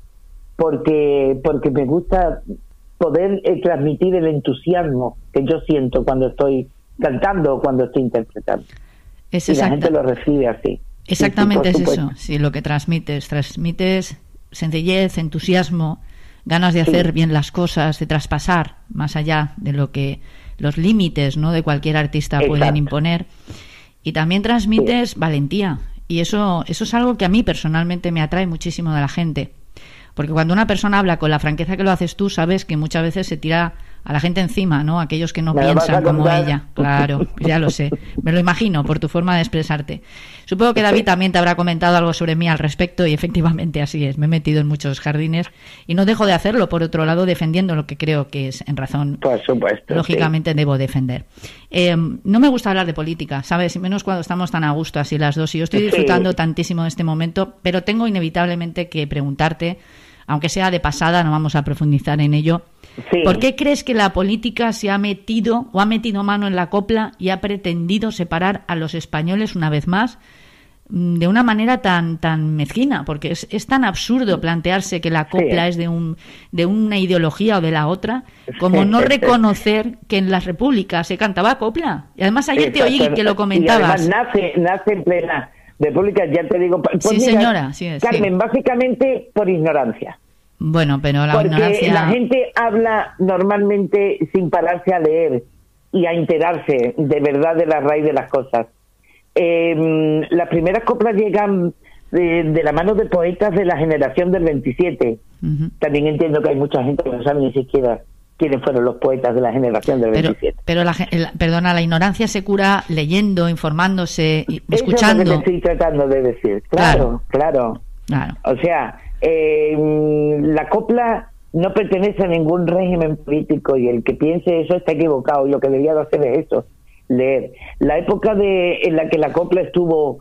[SPEAKER 5] porque me gusta poder transmitir el entusiasmo que yo siento cuando estoy cantando o cuando estoy interpretando. Y la gente lo recibe así.
[SPEAKER 1] Exactamente, sí, es eso. Sí, lo que transmites sencillez, entusiasmo, ganas de hacer bien las cosas, de traspasar más allá de lo que los límites, ¿no?, de cualquier artista pueden imponer. Y también transmites valentía, y eso es algo que a mí personalmente me atrae muchísimo de la gente, porque cuando una persona habla con la franqueza que lo haces tú, sabes que muchas veces se tira a la gente encima, ¿no? Aquellos que no piensan como ella. Claro, ya lo sé, me lo imagino por tu forma de expresarte. Supongo que David también te habrá comentado algo sobre mí al respecto, y efectivamente así es, me he metido en muchos jardines y no dejo de hacerlo, por otro lado, defendiendo lo que creo que es en razón.
[SPEAKER 5] Por supuesto,
[SPEAKER 1] lógicamente debo defender. No me gusta hablar de política, ¿sabes? Y menos cuando estamos tan a gusto así las dos, y yo estoy disfrutando tantísimo de este momento, pero tengo inevitablemente que preguntarte, aunque sea de pasada, no vamos a profundizar en ello. ¿Por qué crees que la política se ha metido o ha metido mano en la copla y ha pretendido separar a los españoles una vez más de una manera tan mezquina? Porque es tan absurdo plantearse que la copla es de una ideología o de la otra, como no reconocer que en las repúblicas se cantaba copla. Y además ayer te oí que lo comentabas.
[SPEAKER 5] Y además nace en plena república, ya te digo. Pues
[SPEAKER 1] sí,
[SPEAKER 5] mira,
[SPEAKER 1] señora. Sí,
[SPEAKER 5] Carmen, básicamente por ignorancia.
[SPEAKER 1] Bueno, pero la ignorancia...
[SPEAKER 5] Porque la gente habla normalmente sin pararse a leer y a enterarse de verdad de la raíz de las cosas. Las primeras coplas llegan de la mano de poetas de la generación del 27. También entiendo que hay mucha gente que no sabe ni siquiera quiénes fueron los poetas de la generación del 27.
[SPEAKER 1] Pero la ignorancia se cura leyendo, informándose, escuchando.
[SPEAKER 5] Eso es lo que te estoy tratando de decir. Claro. O sea, la copla no pertenece a ningún régimen político, y el que piense eso está equivocado, y lo que debería de hacer es eso, leer. La época en la que la copla estuvo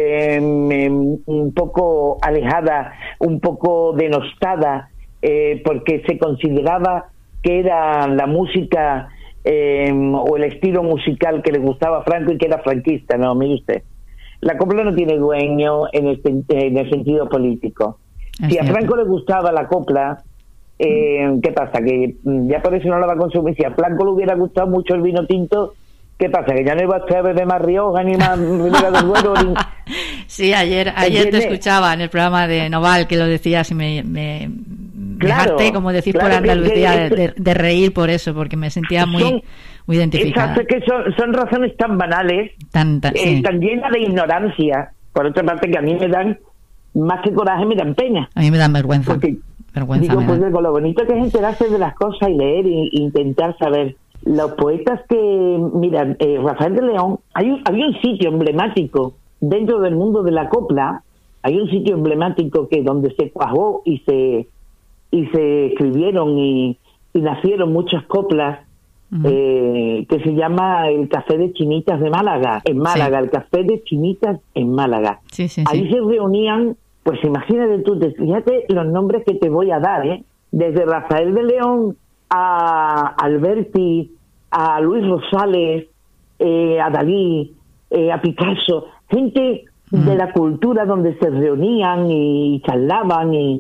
[SPEAKER 5] un poco alejada, un poco denostada, porque se consideraba que era la música o el estilo musical que le gustaba a Franco y que era franquista. No, mire usted, la copla no tiene dueño en el sentido político. Si a Franco le gustaba la copla, ¿qué pasa? Que ya por eso no la va a consumir. Si a Franco le hubiera gustado mucho el vino tinto, ¿qué pasa? Que ya no iba a beber más Rioja ni más Ribera del Duero.
[SPEAKER 1] Sí, ayer te escuchaba en el programa de Noval que lo decías y me harté, como decís, por Andalucía, de reír por eso, porque me sentía muy identificada.
[SPEAKER 5] Exacto, es que son razones tan banales, tan llenas de ignorancia, por otra parte, que a mí me dan, más que coraje, me dan pena.
[SPEAKER 1] A mí me dan vergüenza.
[SPEAKER 5] Porque digo, pues con lo bonito que es enterarse de las cosas y leer e intentar saber. Los poetas que, mira, Rafael de León, había un sitio emblemático dentro del mundo de la copla, hay un sitio emblemático que donde se cuajó y se escribieron y nacieron muchas coplas, que se llama el Café de Chinitas de Málaga, en Málaga, el Café de Chinitas en Málaga. Ahí se reunían, pues imagínate tú, fíjate los nombres que te voy a dar, desde Rafael de León a Alberti, a Luis Rosales, a Dalí, a Picasso, gente de la cultura donde se reunían y charlaban y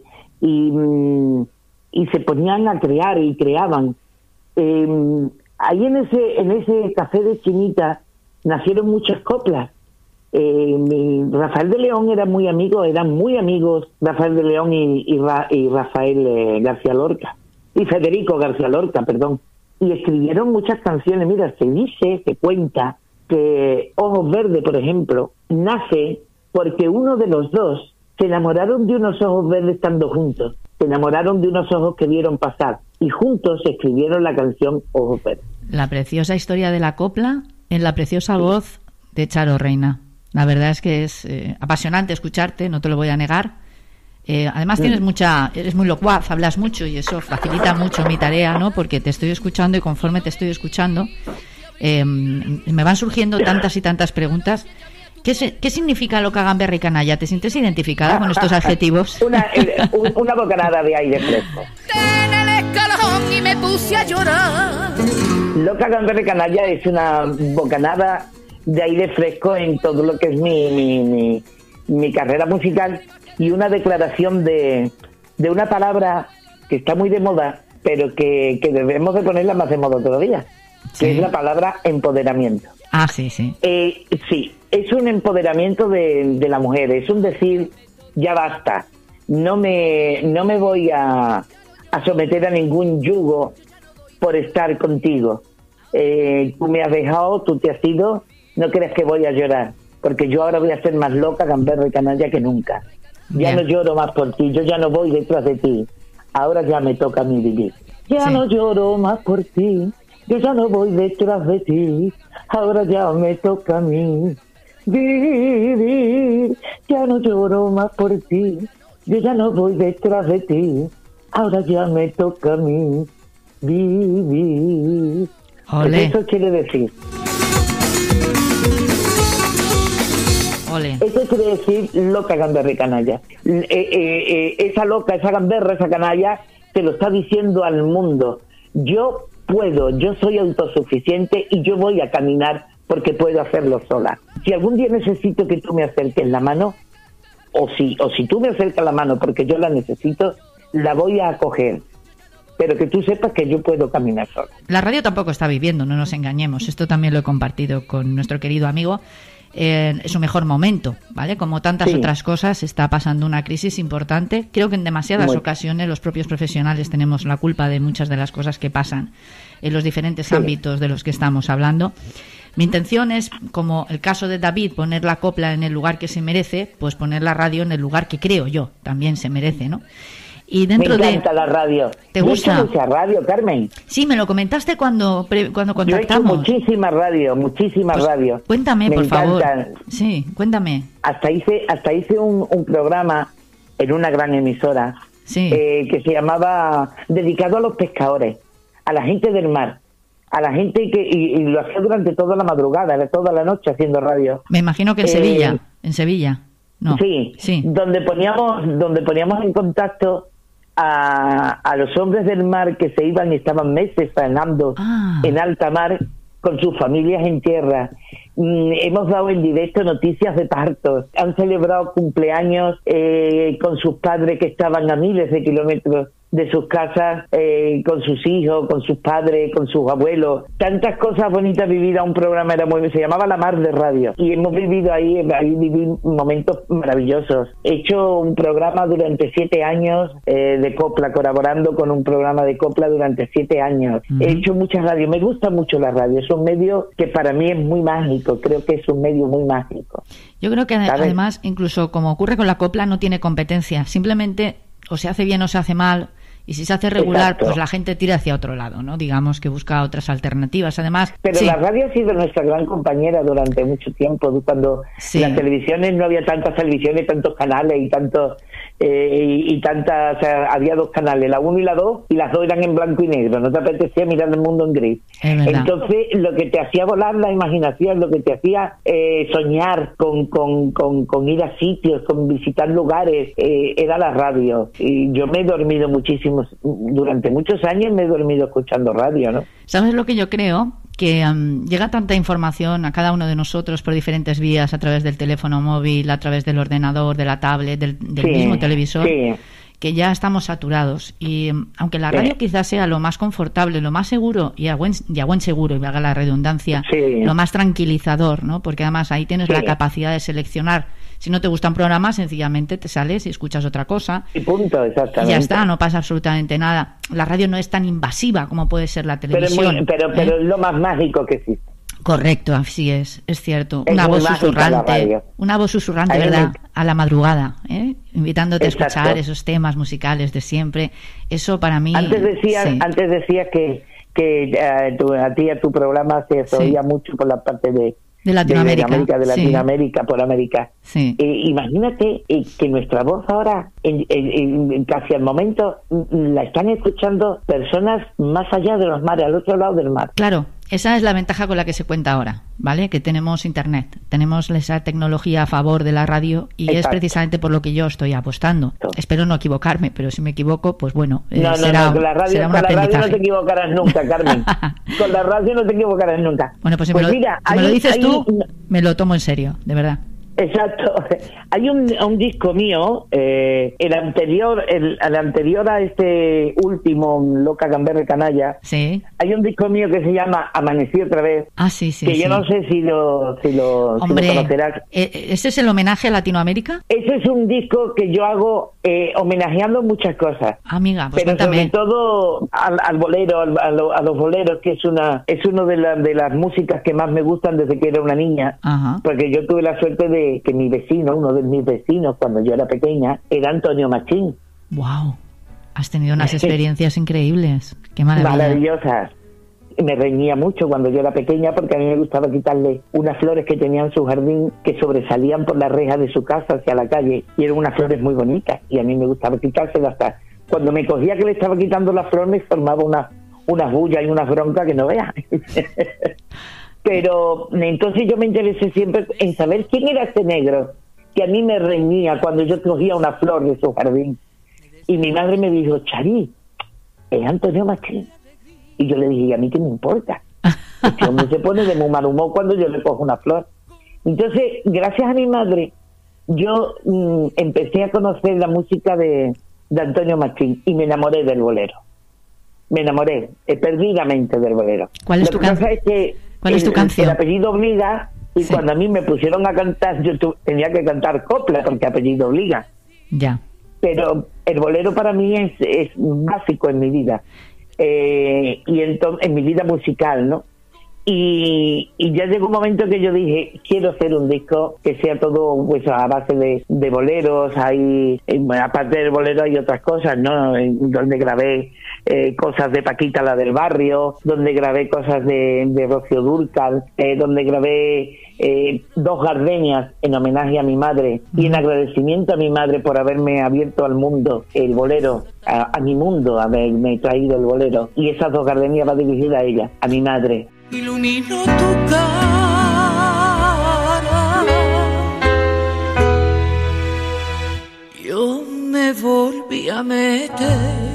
[SPEAKER 5] se ponían a crear y creaban. Ahí en ese Café de Chinita nacieron muchas coplas. Rafael de León eran muy amigos Rafael de León y Rafael García Lorca. Y Federico García Lorca, perdón, y escribieron muchas canciones. Mira, se cuenta que Ojos Verdes, por ejemplo, nace porque uno de los dos se enamoraron de unos ojos verdes estando juntos, se enamoraron de unos ojos que vieron pasar, y juntos escribieron la canción Ojos Verdes.
[SPEAKER 1] La preciosa historia de la copla en la preciosa voz de Charo Reina. La verdad es que es apasionante escucharte, no te lo voy a negar. Además eres muy locuaz, hablas mucho y eso facilita mucho mi tarea, ¿no? Porque te estoy escuchando y conforme te estoy escuchando me van surgiendo tantas y tantas preguntas. ¿Qué significa loca, gamberra y canalla? ¿Te sientes identificada con estos adjetivos?
[SPEAKER 5] Una bocanada de aire fresco.
[SPEAKER 7] En el escalón y me puse a llorar.
[SPEAKER 5] Loca, gamberra y canalla es una bocanada de aire fresco en todo lo que es mi carrera musical, y una declaración de una palabra que está muy de moda, pero que debemos de ponerla más de moda todavía, que es la palabra empoderamiento.
[SPEAKER 1] Ah, sí.
[SPEAKER 5] Sí, es un empoderamiento de la mujer, es un decir, ya basta, no me voy a someter a ningún yugo por estar contigo. Tú me has dejado, tú te has ido, no creas que voy a llorar, porque yo ahora voy a ser más loca, gamberra y canalla que nunca. Ya no lloro más por ti, yo ya no voy detrás de ti, ahora ya me toca a mí vivir. Ya no lloro más por ti, yo ya no voy detrás de ti, ahora ya me toca a mí vivir. Ya no lloro más por ti, yo ya no voy detrás de ti, ahora ya me toca a mí vivir.
[SPEAKER 1] Olé.
[SPEAKER 5] Eso quiere decir.
[SPEAKER 1] Olé.
[SPEAKER 5] Eso quiere decir loca, gamberra y canalla. Esa loca, esa gamberra, esa canalla te lo está diciendo al mundo. Yo puedo, yo soy autosuficiente y yo voy a caminar porque puedo hacerlo sola. Si algún día necesito que tú me acerques la mano, o si tú me acercas la mano porque yo la necesito, la voy a acoger. Pero que tú sepas que yo puedo caminar sola.
[SPEAKER 1] La radio tampoco está viviendo, no nos engañemos. Esto también lo he compartido con nuestro querido amigo. Es su mejor momento, ¿vale? Como tantas otras cosas, está pasando una crisis importante. Creo que en demasiadas ocasiones los propios profesionales tenemos la culpa de muchas de las cosas que pasan en los diferentes ámbitos de los que estamos hablando. Mi intención es, como el caso de David, poner la copla en el lugar que se merece, pues poner la radio en el lugar que creo yo también se merece, ¿no? Y dentro
[SPEAKER 5] me encanta la radio.
[SPEAKER 1] ¿Te gusta?
[SPEAKER 5] Mucha radio, Carmen.
[SPEAKER 1] Sí, me lo comentaste cuando contactamos.
[SPEAKER 5] Yo he hecho muchísima radio.
[SPEAKER 1] Cuéntame, por favor. Sí, cuéntame.
[SPEAKER 5] Hasta hice un programa en una gran emisora que se llamaba dedicado a los pescadores, a la gente del mar, a la gente y lo hacía durante toda la madrugada, toda la noche haciendo radio.
[SPEAKER 1] Me imagino que en Sevilla. No.
[SPEAKER 5] Sí. Donde poníamos en contacto a los hombres del mar que se iban y estaban meses faenando en alta mar con sus familias en tierra. Hemos dado en directo noticias de partos. Han celebrado cumpleaños con sus padres que estaban a miles de kilómetros de sus casas, con sus hijos, con sus padres, con sus abuelos. Tantas cosas bonitas vividas. Un programa se llamaba La Mar de Radio. Y hemos vivido ahí viví momentos maravillosos. He hecho un programa durante 7 años de copla, colaborando con un programa de copla durante 7 años. He hecho muchas radios. Me gusta mucho la radio. Es un medio que para mí es muy mágico. Creo que es un medio muy mágico.
[SPEAKER 1] Yo creo que además, incluso como ocurre con la copla, no tiene competencia. Simplemente o se hace bien o se hace mal. Y si se hace regular, exacto, pues la gente tira hacia otro lado, ¿no? Digamos que busca otras alternativas. Además,
[SPEAKER 5] pero sí, la radio ha sido nuestra gran compañera durante mucho tiempo, cuando las televisiones no había tantas televisiones, tantos canales y tantos tantas, o sea, había 2 canales, la 1 y la 2, y las 2 eran en blanco y negro. No te apetecía mirar el mundo en gris. Entonces, lo que te hacía volar la imaginación, lo que te hacía soñar con ir a sitios, con visitar lugares, era la radio. Y yo me he dormido muchísimo. Durante muchos años me he dormido escuchando radio, ¿no?
[SPEAKER 1] ¿Sabes lo que yo creo? Que llega tanta información a cada uno de nosotros por diferentes vías, a través del teléfono móvil, a través del ordenador, de la tablet, del mismo televisor, que ya estamos saturados. Y aunque la radio quizás sea lo más confortable, lo más seguro, y a buen seguro, y valga la redundancia, lo más tranquilizador, ¿no? Porque además ahí tienes la capacidad de seleccionar. Si no te gusta un programa, sencillamente te sales y escuchas otra cosa.
[SPEAKER 5] Y punto, exactamente.
[SPEAKER 1] Y ya está, no pasa absolutamente nada. La radio no es tan invasiva como puede ser la televisión.
[SPEAKER 5] Pero es lo más mágico que existe.
[SPEAKER 1] Correcto, así es cierto. Una voz susurrante, ¿verdad? A la madrugada, invitándote a escuchar esos temas musicales de siempre. Eso para mí...
[SPEAKER 5] Antes decías que a ti, a tu programa se oía mucho por la parte de
[SPEAKER 1] Latinoamérica,
[SPEAKER 5] de Latinoamérica, por América.
[SPEAKER 1] Sí.
[SPEAKER 5] Imagínate que nuestra voz ahora, casi al momento, la están escuchando personas más allá de los mares, al otro lado del mar.
[SPEAKER 1] Claro, esa es la ventaja con la que se cuenta ahora, ¿vale? Que tenemos internet, tenemos esa tecnología a favor de la radio y es precisamente por lo que yo estoy apostando. Espero no equivocarme, pero si me equivoco, pues bueno, será un aprendizaje.
[SPEAKER 5] Con la radio no te equivocarás nunca, Carmen. Con la radio no te equivocarás nunca.
[SPEAKER 1] Bueno, pues si me lo dices tú, me lo tomo en serio, de verdad.
[SPEAKER 5] Exacto. Hay un disco mío, el anterior a este último, Loca Gamberra Canalla.
[SPEAKER 1] Sí.
[SPEAKER 5] Hay un disco mío que se llama Amanecí otra vez.
[SPEAKER 1] Ah, sí.
[SPEAKER 5] Que yo no sé si lo conocerás.
[SPEAKER 1] ¿Ese es el homenaje a Latinoamérica?
[SPEAKER 5] Ese es un disco que yo hago homenajeando muchas cosas.
[SPEAKER 1] Amiga, pues
[SPEAKER 5] pero
[SPEAKER 1] cuéntame.
[SPEAKER 5] sobre todo al bolero, a los boleros, que es uno de las músicas que más me gustan desde que era una niña.
[SPEAKER 1] Ajá.
[SPEAKER 5] Porque yo tuve la suerte de que mi vecino, uno de mis vecinos cuando yo era pequeña, era Antonio Machín.
[SPEAKER 1] Wow, has tenido unas experiencias increíbles. Qué maravilla.
[SPEAKER 5] Maravillosas. Me reñía mucho cuando yo era pequeña porque a mí me gustaba quitarle unas flores que tenía en su jardín que sobresalían por la reja de su casa hacia la calle, y eran unas flores muy bonitas y a mí me gustaba quitárselas. Hasta cuando me cogía que le estaba quitando las flores me formaba unas bullas y unas broncas que no veas. Pero entonces yo me interesé siempre en saber quién era ese negro que a mí me reñía cuando yo cogía una flor de su jardín. Y mi madre me dijo, Charí, es Antonio Machín. Y yo le dije, ¿y a mí qué me importa? Este hombre se pone de muy mal humor cuando yo le cojo una flor. Entonces, gracias a mi madre, yo empecé a conocer la música de Antonio Machín y me enamoré del bolero. Me enamoré perdidamente del bolero.
[SPEAKER 1] ¿Cuál es tu canción? ¿Cuál es tu canción?
[SPEAKER 5] El apellido obliga, y cuando a mí me pusieron a cantar, yo tenía que cantar copla porque apellido obliga.
[SPEAKER 1] Ya.
[SPEAKER 5] Pero el bolero para mí es básico en mi vida, y en mi vida musical, ¿no? Y ya llegó un momento que yo dije, quiero hacer un disco que sea todo pues a base de boleros. Aparte del bolero hay otras cosas, ¿no? Donde grabé cosas de Paquita la del barrio, donde grabé cosas de Rocío Dúrcal, donde grabé 2 gardenias en homenaje a mi madre y en agradecimiento a mi madre por haberme abierto al mundo, el bolero, a mi mundo, haberme traído el bolero. Y esas 2 gardenias va dirigida a ella, a mi madre.
[SPEAKER 7] Ilumino tu cara, yo me me volví a meter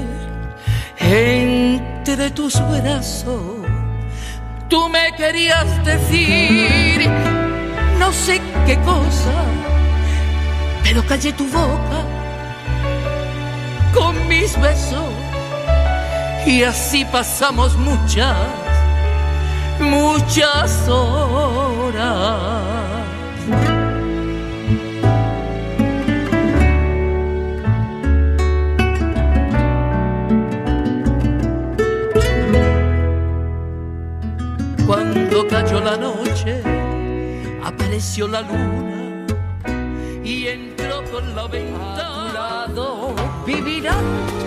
[SPEAKER 7] entre tus brazos. Tú me querías decir no sé qué cosa, pero callé tu boca con mis besos. Y así pasamos muchas horas. Cuando cayó la noche, apareció la luna y entró por la ventana. A tu lado vivirán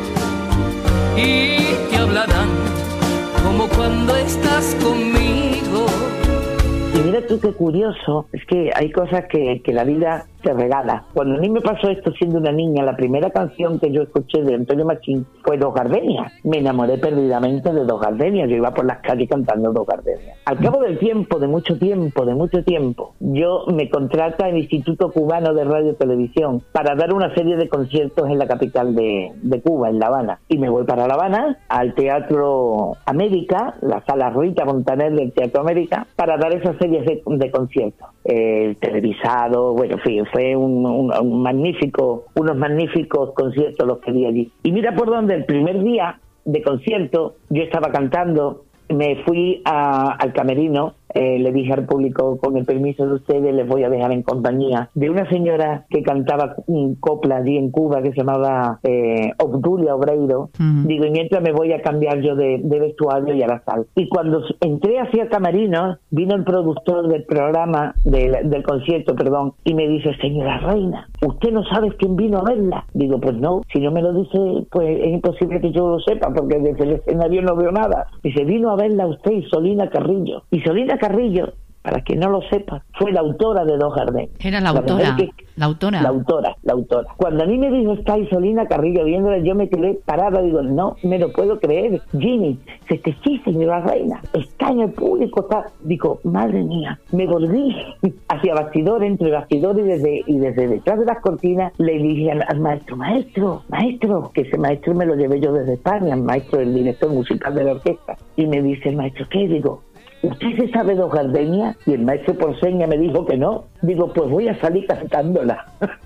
[SPEAKER 7] y te hablarán como cuando estás conmigo.
[SPEAKER 5] Y mira tú qué curioso, es que hay cosas que la vida te regala. Cuando a mí me pasó esto siendo una niña, la primera canción que yo escuché de Antonio Machín fue Dos Gardenias. Me enamoré perdidamente de Dos Gardenias. Yo iba por las calles cantando Dos Gardenias. Al cabo del tiempo, de mucho tiempo, yo me contrata el Instituto Cubano de Radio y Televisión para dar una serie de conciertos en la capital de Cuba, en La Habana. Y me voy para La Habana, al Teatro América, la Sala Rita Montaner del Teatro América, para dar esas series de conciertos. Televisado, bueno, en fin, fue unos magníficos conciertos los que di allí. Y mira por dónde el primer día de concierto yo estaba cantando, me fui al camerino, le dije al público, con el permiso de ustedes les voy a dejar en compañía de una señora que cantaba copla allí en Cuba que se llamaba Obdulia Obreiro. Digo, y mientras me voy a cambiar yo de vestuario y a la sala. Y cuando entré hacia el camerino, vino el productor del programa, del concierto, perdón, y me dice, señora Reina, ¿usted no sabe quién vino a verla? Digo, pues no, si no me lo dice, pues es imposible que yo lo sepa, porque desde el escenario no veo nada. Dice, vino a verla usted, Isolina Carrillo. Isolina Carrillo, para quien no lo sepa, fue la autora de Dos Gardenias.
[SPEAKER 1] Era la autora.
[SPEAKER 5] La autora. Cuando a mí me dijo, está Isolina Carrillo viéndola, yo me quedé parada, digo, no me lo puedo creer. Ginny, sí, señora Reina, está en el público, está. Digo, madre mía, me volví hacia bastidor, entre bastidor y desde detrás de las cortinas, le dije al maestro, que ese maestro me lo llevé yo desde España, el maestro, el director musical de la orquesta. Y me dice el maestro, ¿qué? Digo, ¿usted se sabe Dos Gardenias? Y el maestro por seña me dijo que no. Digo, pues voy a salir cantándola.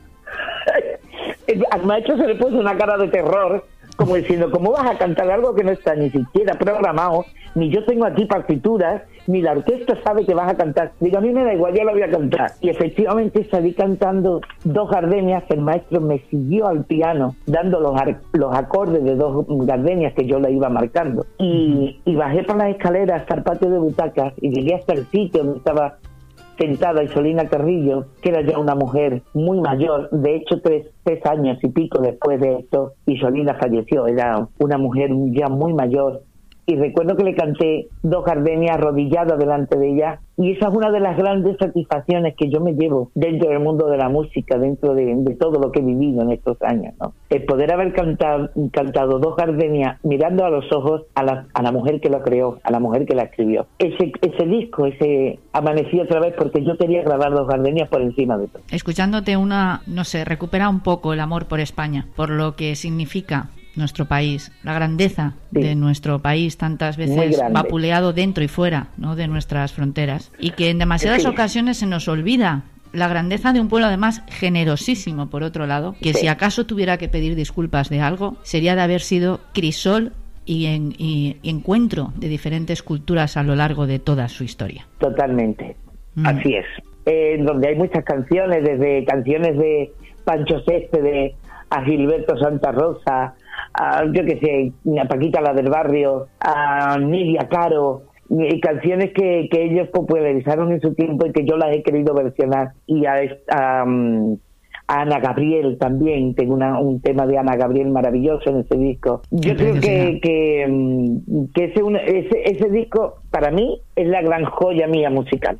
[SPEAKER 5] Al maestro se le puso una cara de terror, como diciendo, ¿cómo vas a cantar algo que no está ni siquiera programado? Ni yo tengo aquí partituras, ni la orquesta sabe que vas a cantar. Digo, a mí me da igual, yo la voy a cantar. Y efectivamente salí cantando Dos Gardenias. El maestro me siguió al piano, dando los acordes de Dos Gardenias que yo le iba marcando. Y bajé por las escaleras hasta el patio de butacas y llegué hasta el sitio donde estaba sentada Isolina Carrillo, que era ya una mujer muy mayor. De hecho, tres años y pico después de esto, Isolina falleció. Era una mujer ya muy mayor. Y recuerdo que le canté Dos Gardenias arrodillada delante de ella, y esa es una de las grandes satisfacciones que yo me llevo dentro del mundo de la música, dentro de todo lo que he vivido en estos años, ¿no? El poder haber cantado Dos Gardenias mirando a los ojos a la mujer que lo creó, a la mujer que la escribió. Ese disco, amanecí otra vez porque yo quería grabar Dos Gardenias por encima de todo.
[SPEAKER 1] Escuchándote recupera un poco el amor por España, por lo que significa nuestro país, la grandeza de nuestro país, tantas veces vapuleado dentro y fuera, ¿no?, de nuestras fronteras, y que en demasiadas ocasiones se nos olvida la grandeza de un pueblo, además generosísimo, por otro lado, que si acaso tuviera que pedir disculpas de algo, sería de haber sido crisol y encuentro de diferentes culturas a lo largo de toda su historia.
[SPEAKER 5] Totalmente, así es. Donde hay muchas canciones, desde canciones de Pancho Céspedes a Gilberto Santa Rosa, a, yo que sé, a Paquita la del Barrio, a Nidia Caro, y canciones que ellos popularizaron en su tiempo y que yo las he querido versionar. Y a Ana Gabriel también, tengo un tema de Ana Gabriel maravilloso en ese disco. Yo creo que ese disco para mí es la gran joya mía musical.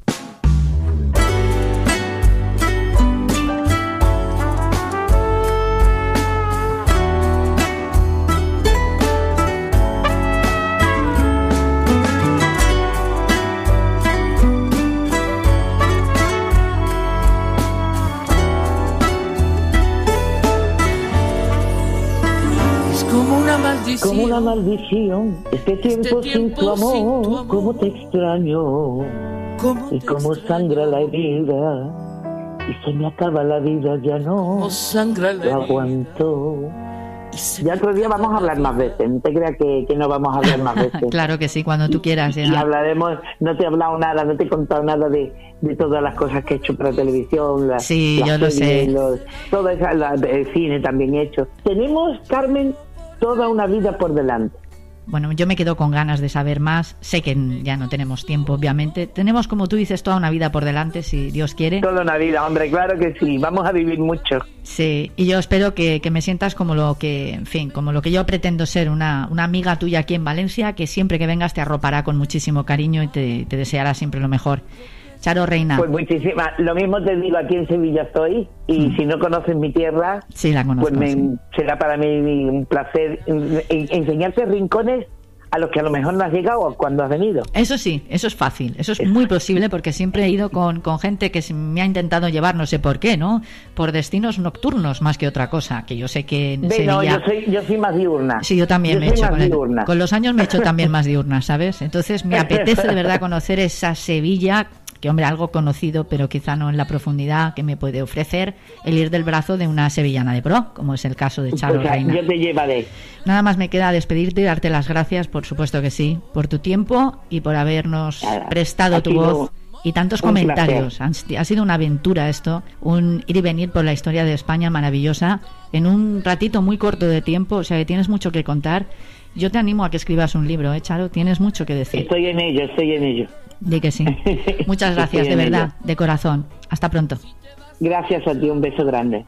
[SPEAKER 5] como una maldición. Este tiempo sin tu amor, cómo te extraño. Y cómo sangra la herida. Y se me acaba la vida, ya no lo aguanto. Ya otro día vamos a hablar más veces, no te creas que no vamos a hablar más veces.
[SPEAKER 1] Claro que sí, cuando tú quieras.
[SPEAKER 5] Y hablaremos, no te he hablado nada, no te he contado nada de todas las cosas que he hecho para televisión.
[SPEAKER 1] Sí, yo lo sé.
[SPEAKER 5] Todo eso, el cine también he hecho. Tenemos, Carmen, toda una vida por delante.
[SPEAKER 1] Bueno, yo me quedo con ganas de saber más. Sé que ya no tenemos tiempo, obviamente. Tenemos, como tú dices, toda una vida por delante, si Dios quiere.
[SPEAKER 5] Toda una vida, hombre, claro que sí. Vamos a vivir mucho.
[SPEAKER 1] Sí, y yo espero que me sientas como lo que, en fin, como lo que yo pretendo ser, una amiga tuya aquí en Valencia, que siempre que vengas te arropará con muchísimo cariño y te deseará siempre lo mejor. Charo Reina.
[SPEAKER 5] Pues muchísimas. Lo mismo te digo, aquí en Sevilla estoy, y si no conoces mi tierra,
[SPEAKER 1] sí, la conozco,
[SPEAKER 5] pues será para mí un placer enseñarte rincones a los que a lo mejor no has llegado cuando has venido.
[SPEAKER 1] Eso sí, eso es fácil, eso es muy posible, porque siempre he ido con gente que me ha intentado llevar, no sé por qué, ¿no? Por destinos nocturnos más que otra cosa, que yo sé que en Sevilla...
[SPEAKER 5] No, yo soy más diurna.
[SPEAKER 1] Sí, yo también me he hecho con los años me he hecho también más diurna, ¿sabes? Entonces me apetece de verdad conocer esa Sevilla, que hombre, algo conocido, pero quizá no en la profundidad que me puede ofrecer el ir del brazo de una sevillana de pro, como es el caso de Charo Reina.
[SPEAKER 5] Yo te llevaré.
[SPEAKER 1] Nada más me queda despedirte y darte las gracias, por supuesto que sí, por tu tiempo y por habernos prestado tu voz y tantos comentarios. Ha sido una aventura esto, un ir y venir por la historia de España maravillosa en un ratito muy corto de tiempo, o sea que tienes mucho que contar. Yo te animo a que escribas un libro, Charo, tienes mucho que decir.
[SPEAKER 5] Estoy en ello.
[SPEAKER 1] Di que sí. Muchas gracias, de verdad, de corazón. Hasta pronto.
[SPEAKER 5] Gracias a ti, un beso grande.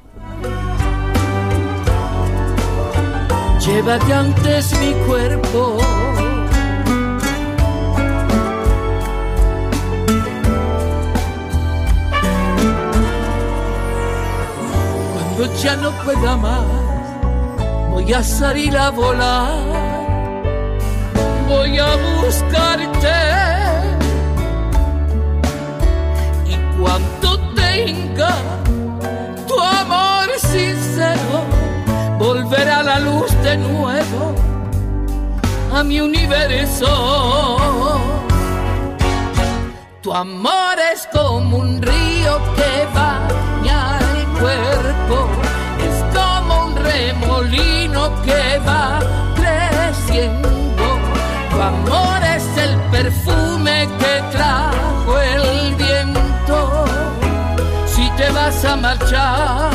[SPEAKER 7] Llévate antes mi cuerpo, cuando ya no pueda más, voy a salir a volar, voy a buscarte. Cuando tenga tu amor sincero, volverá la luz de nuevo a mi universo. Tu amor es como un río que baña el cuerpo, es como un remolino que va creciendo. Tu amor es el perfume que trajo el viento. Si te vas a marchar,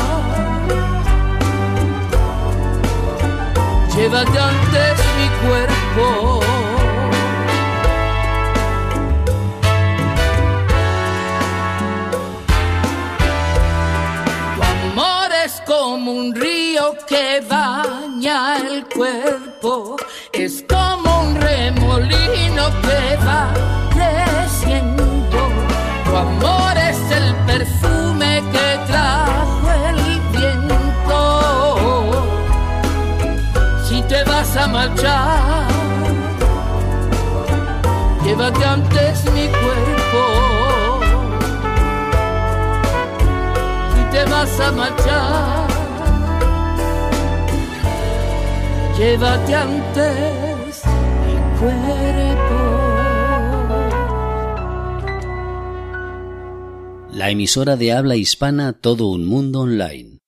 [SPEAKER 7] llévate antes mi cuerpo. Tu amor es como un río que baña el cuerpo, es como un remolino que va creciendo. Tu amor es el perfume que trajo el viento. Si te vas a marchar, llévate antes mi cuerpo. Si te vas a marchar, llévate antes mi cuerpo.
[SPEAKER 8] La emisora de habla hispana Todo un Mundo Online.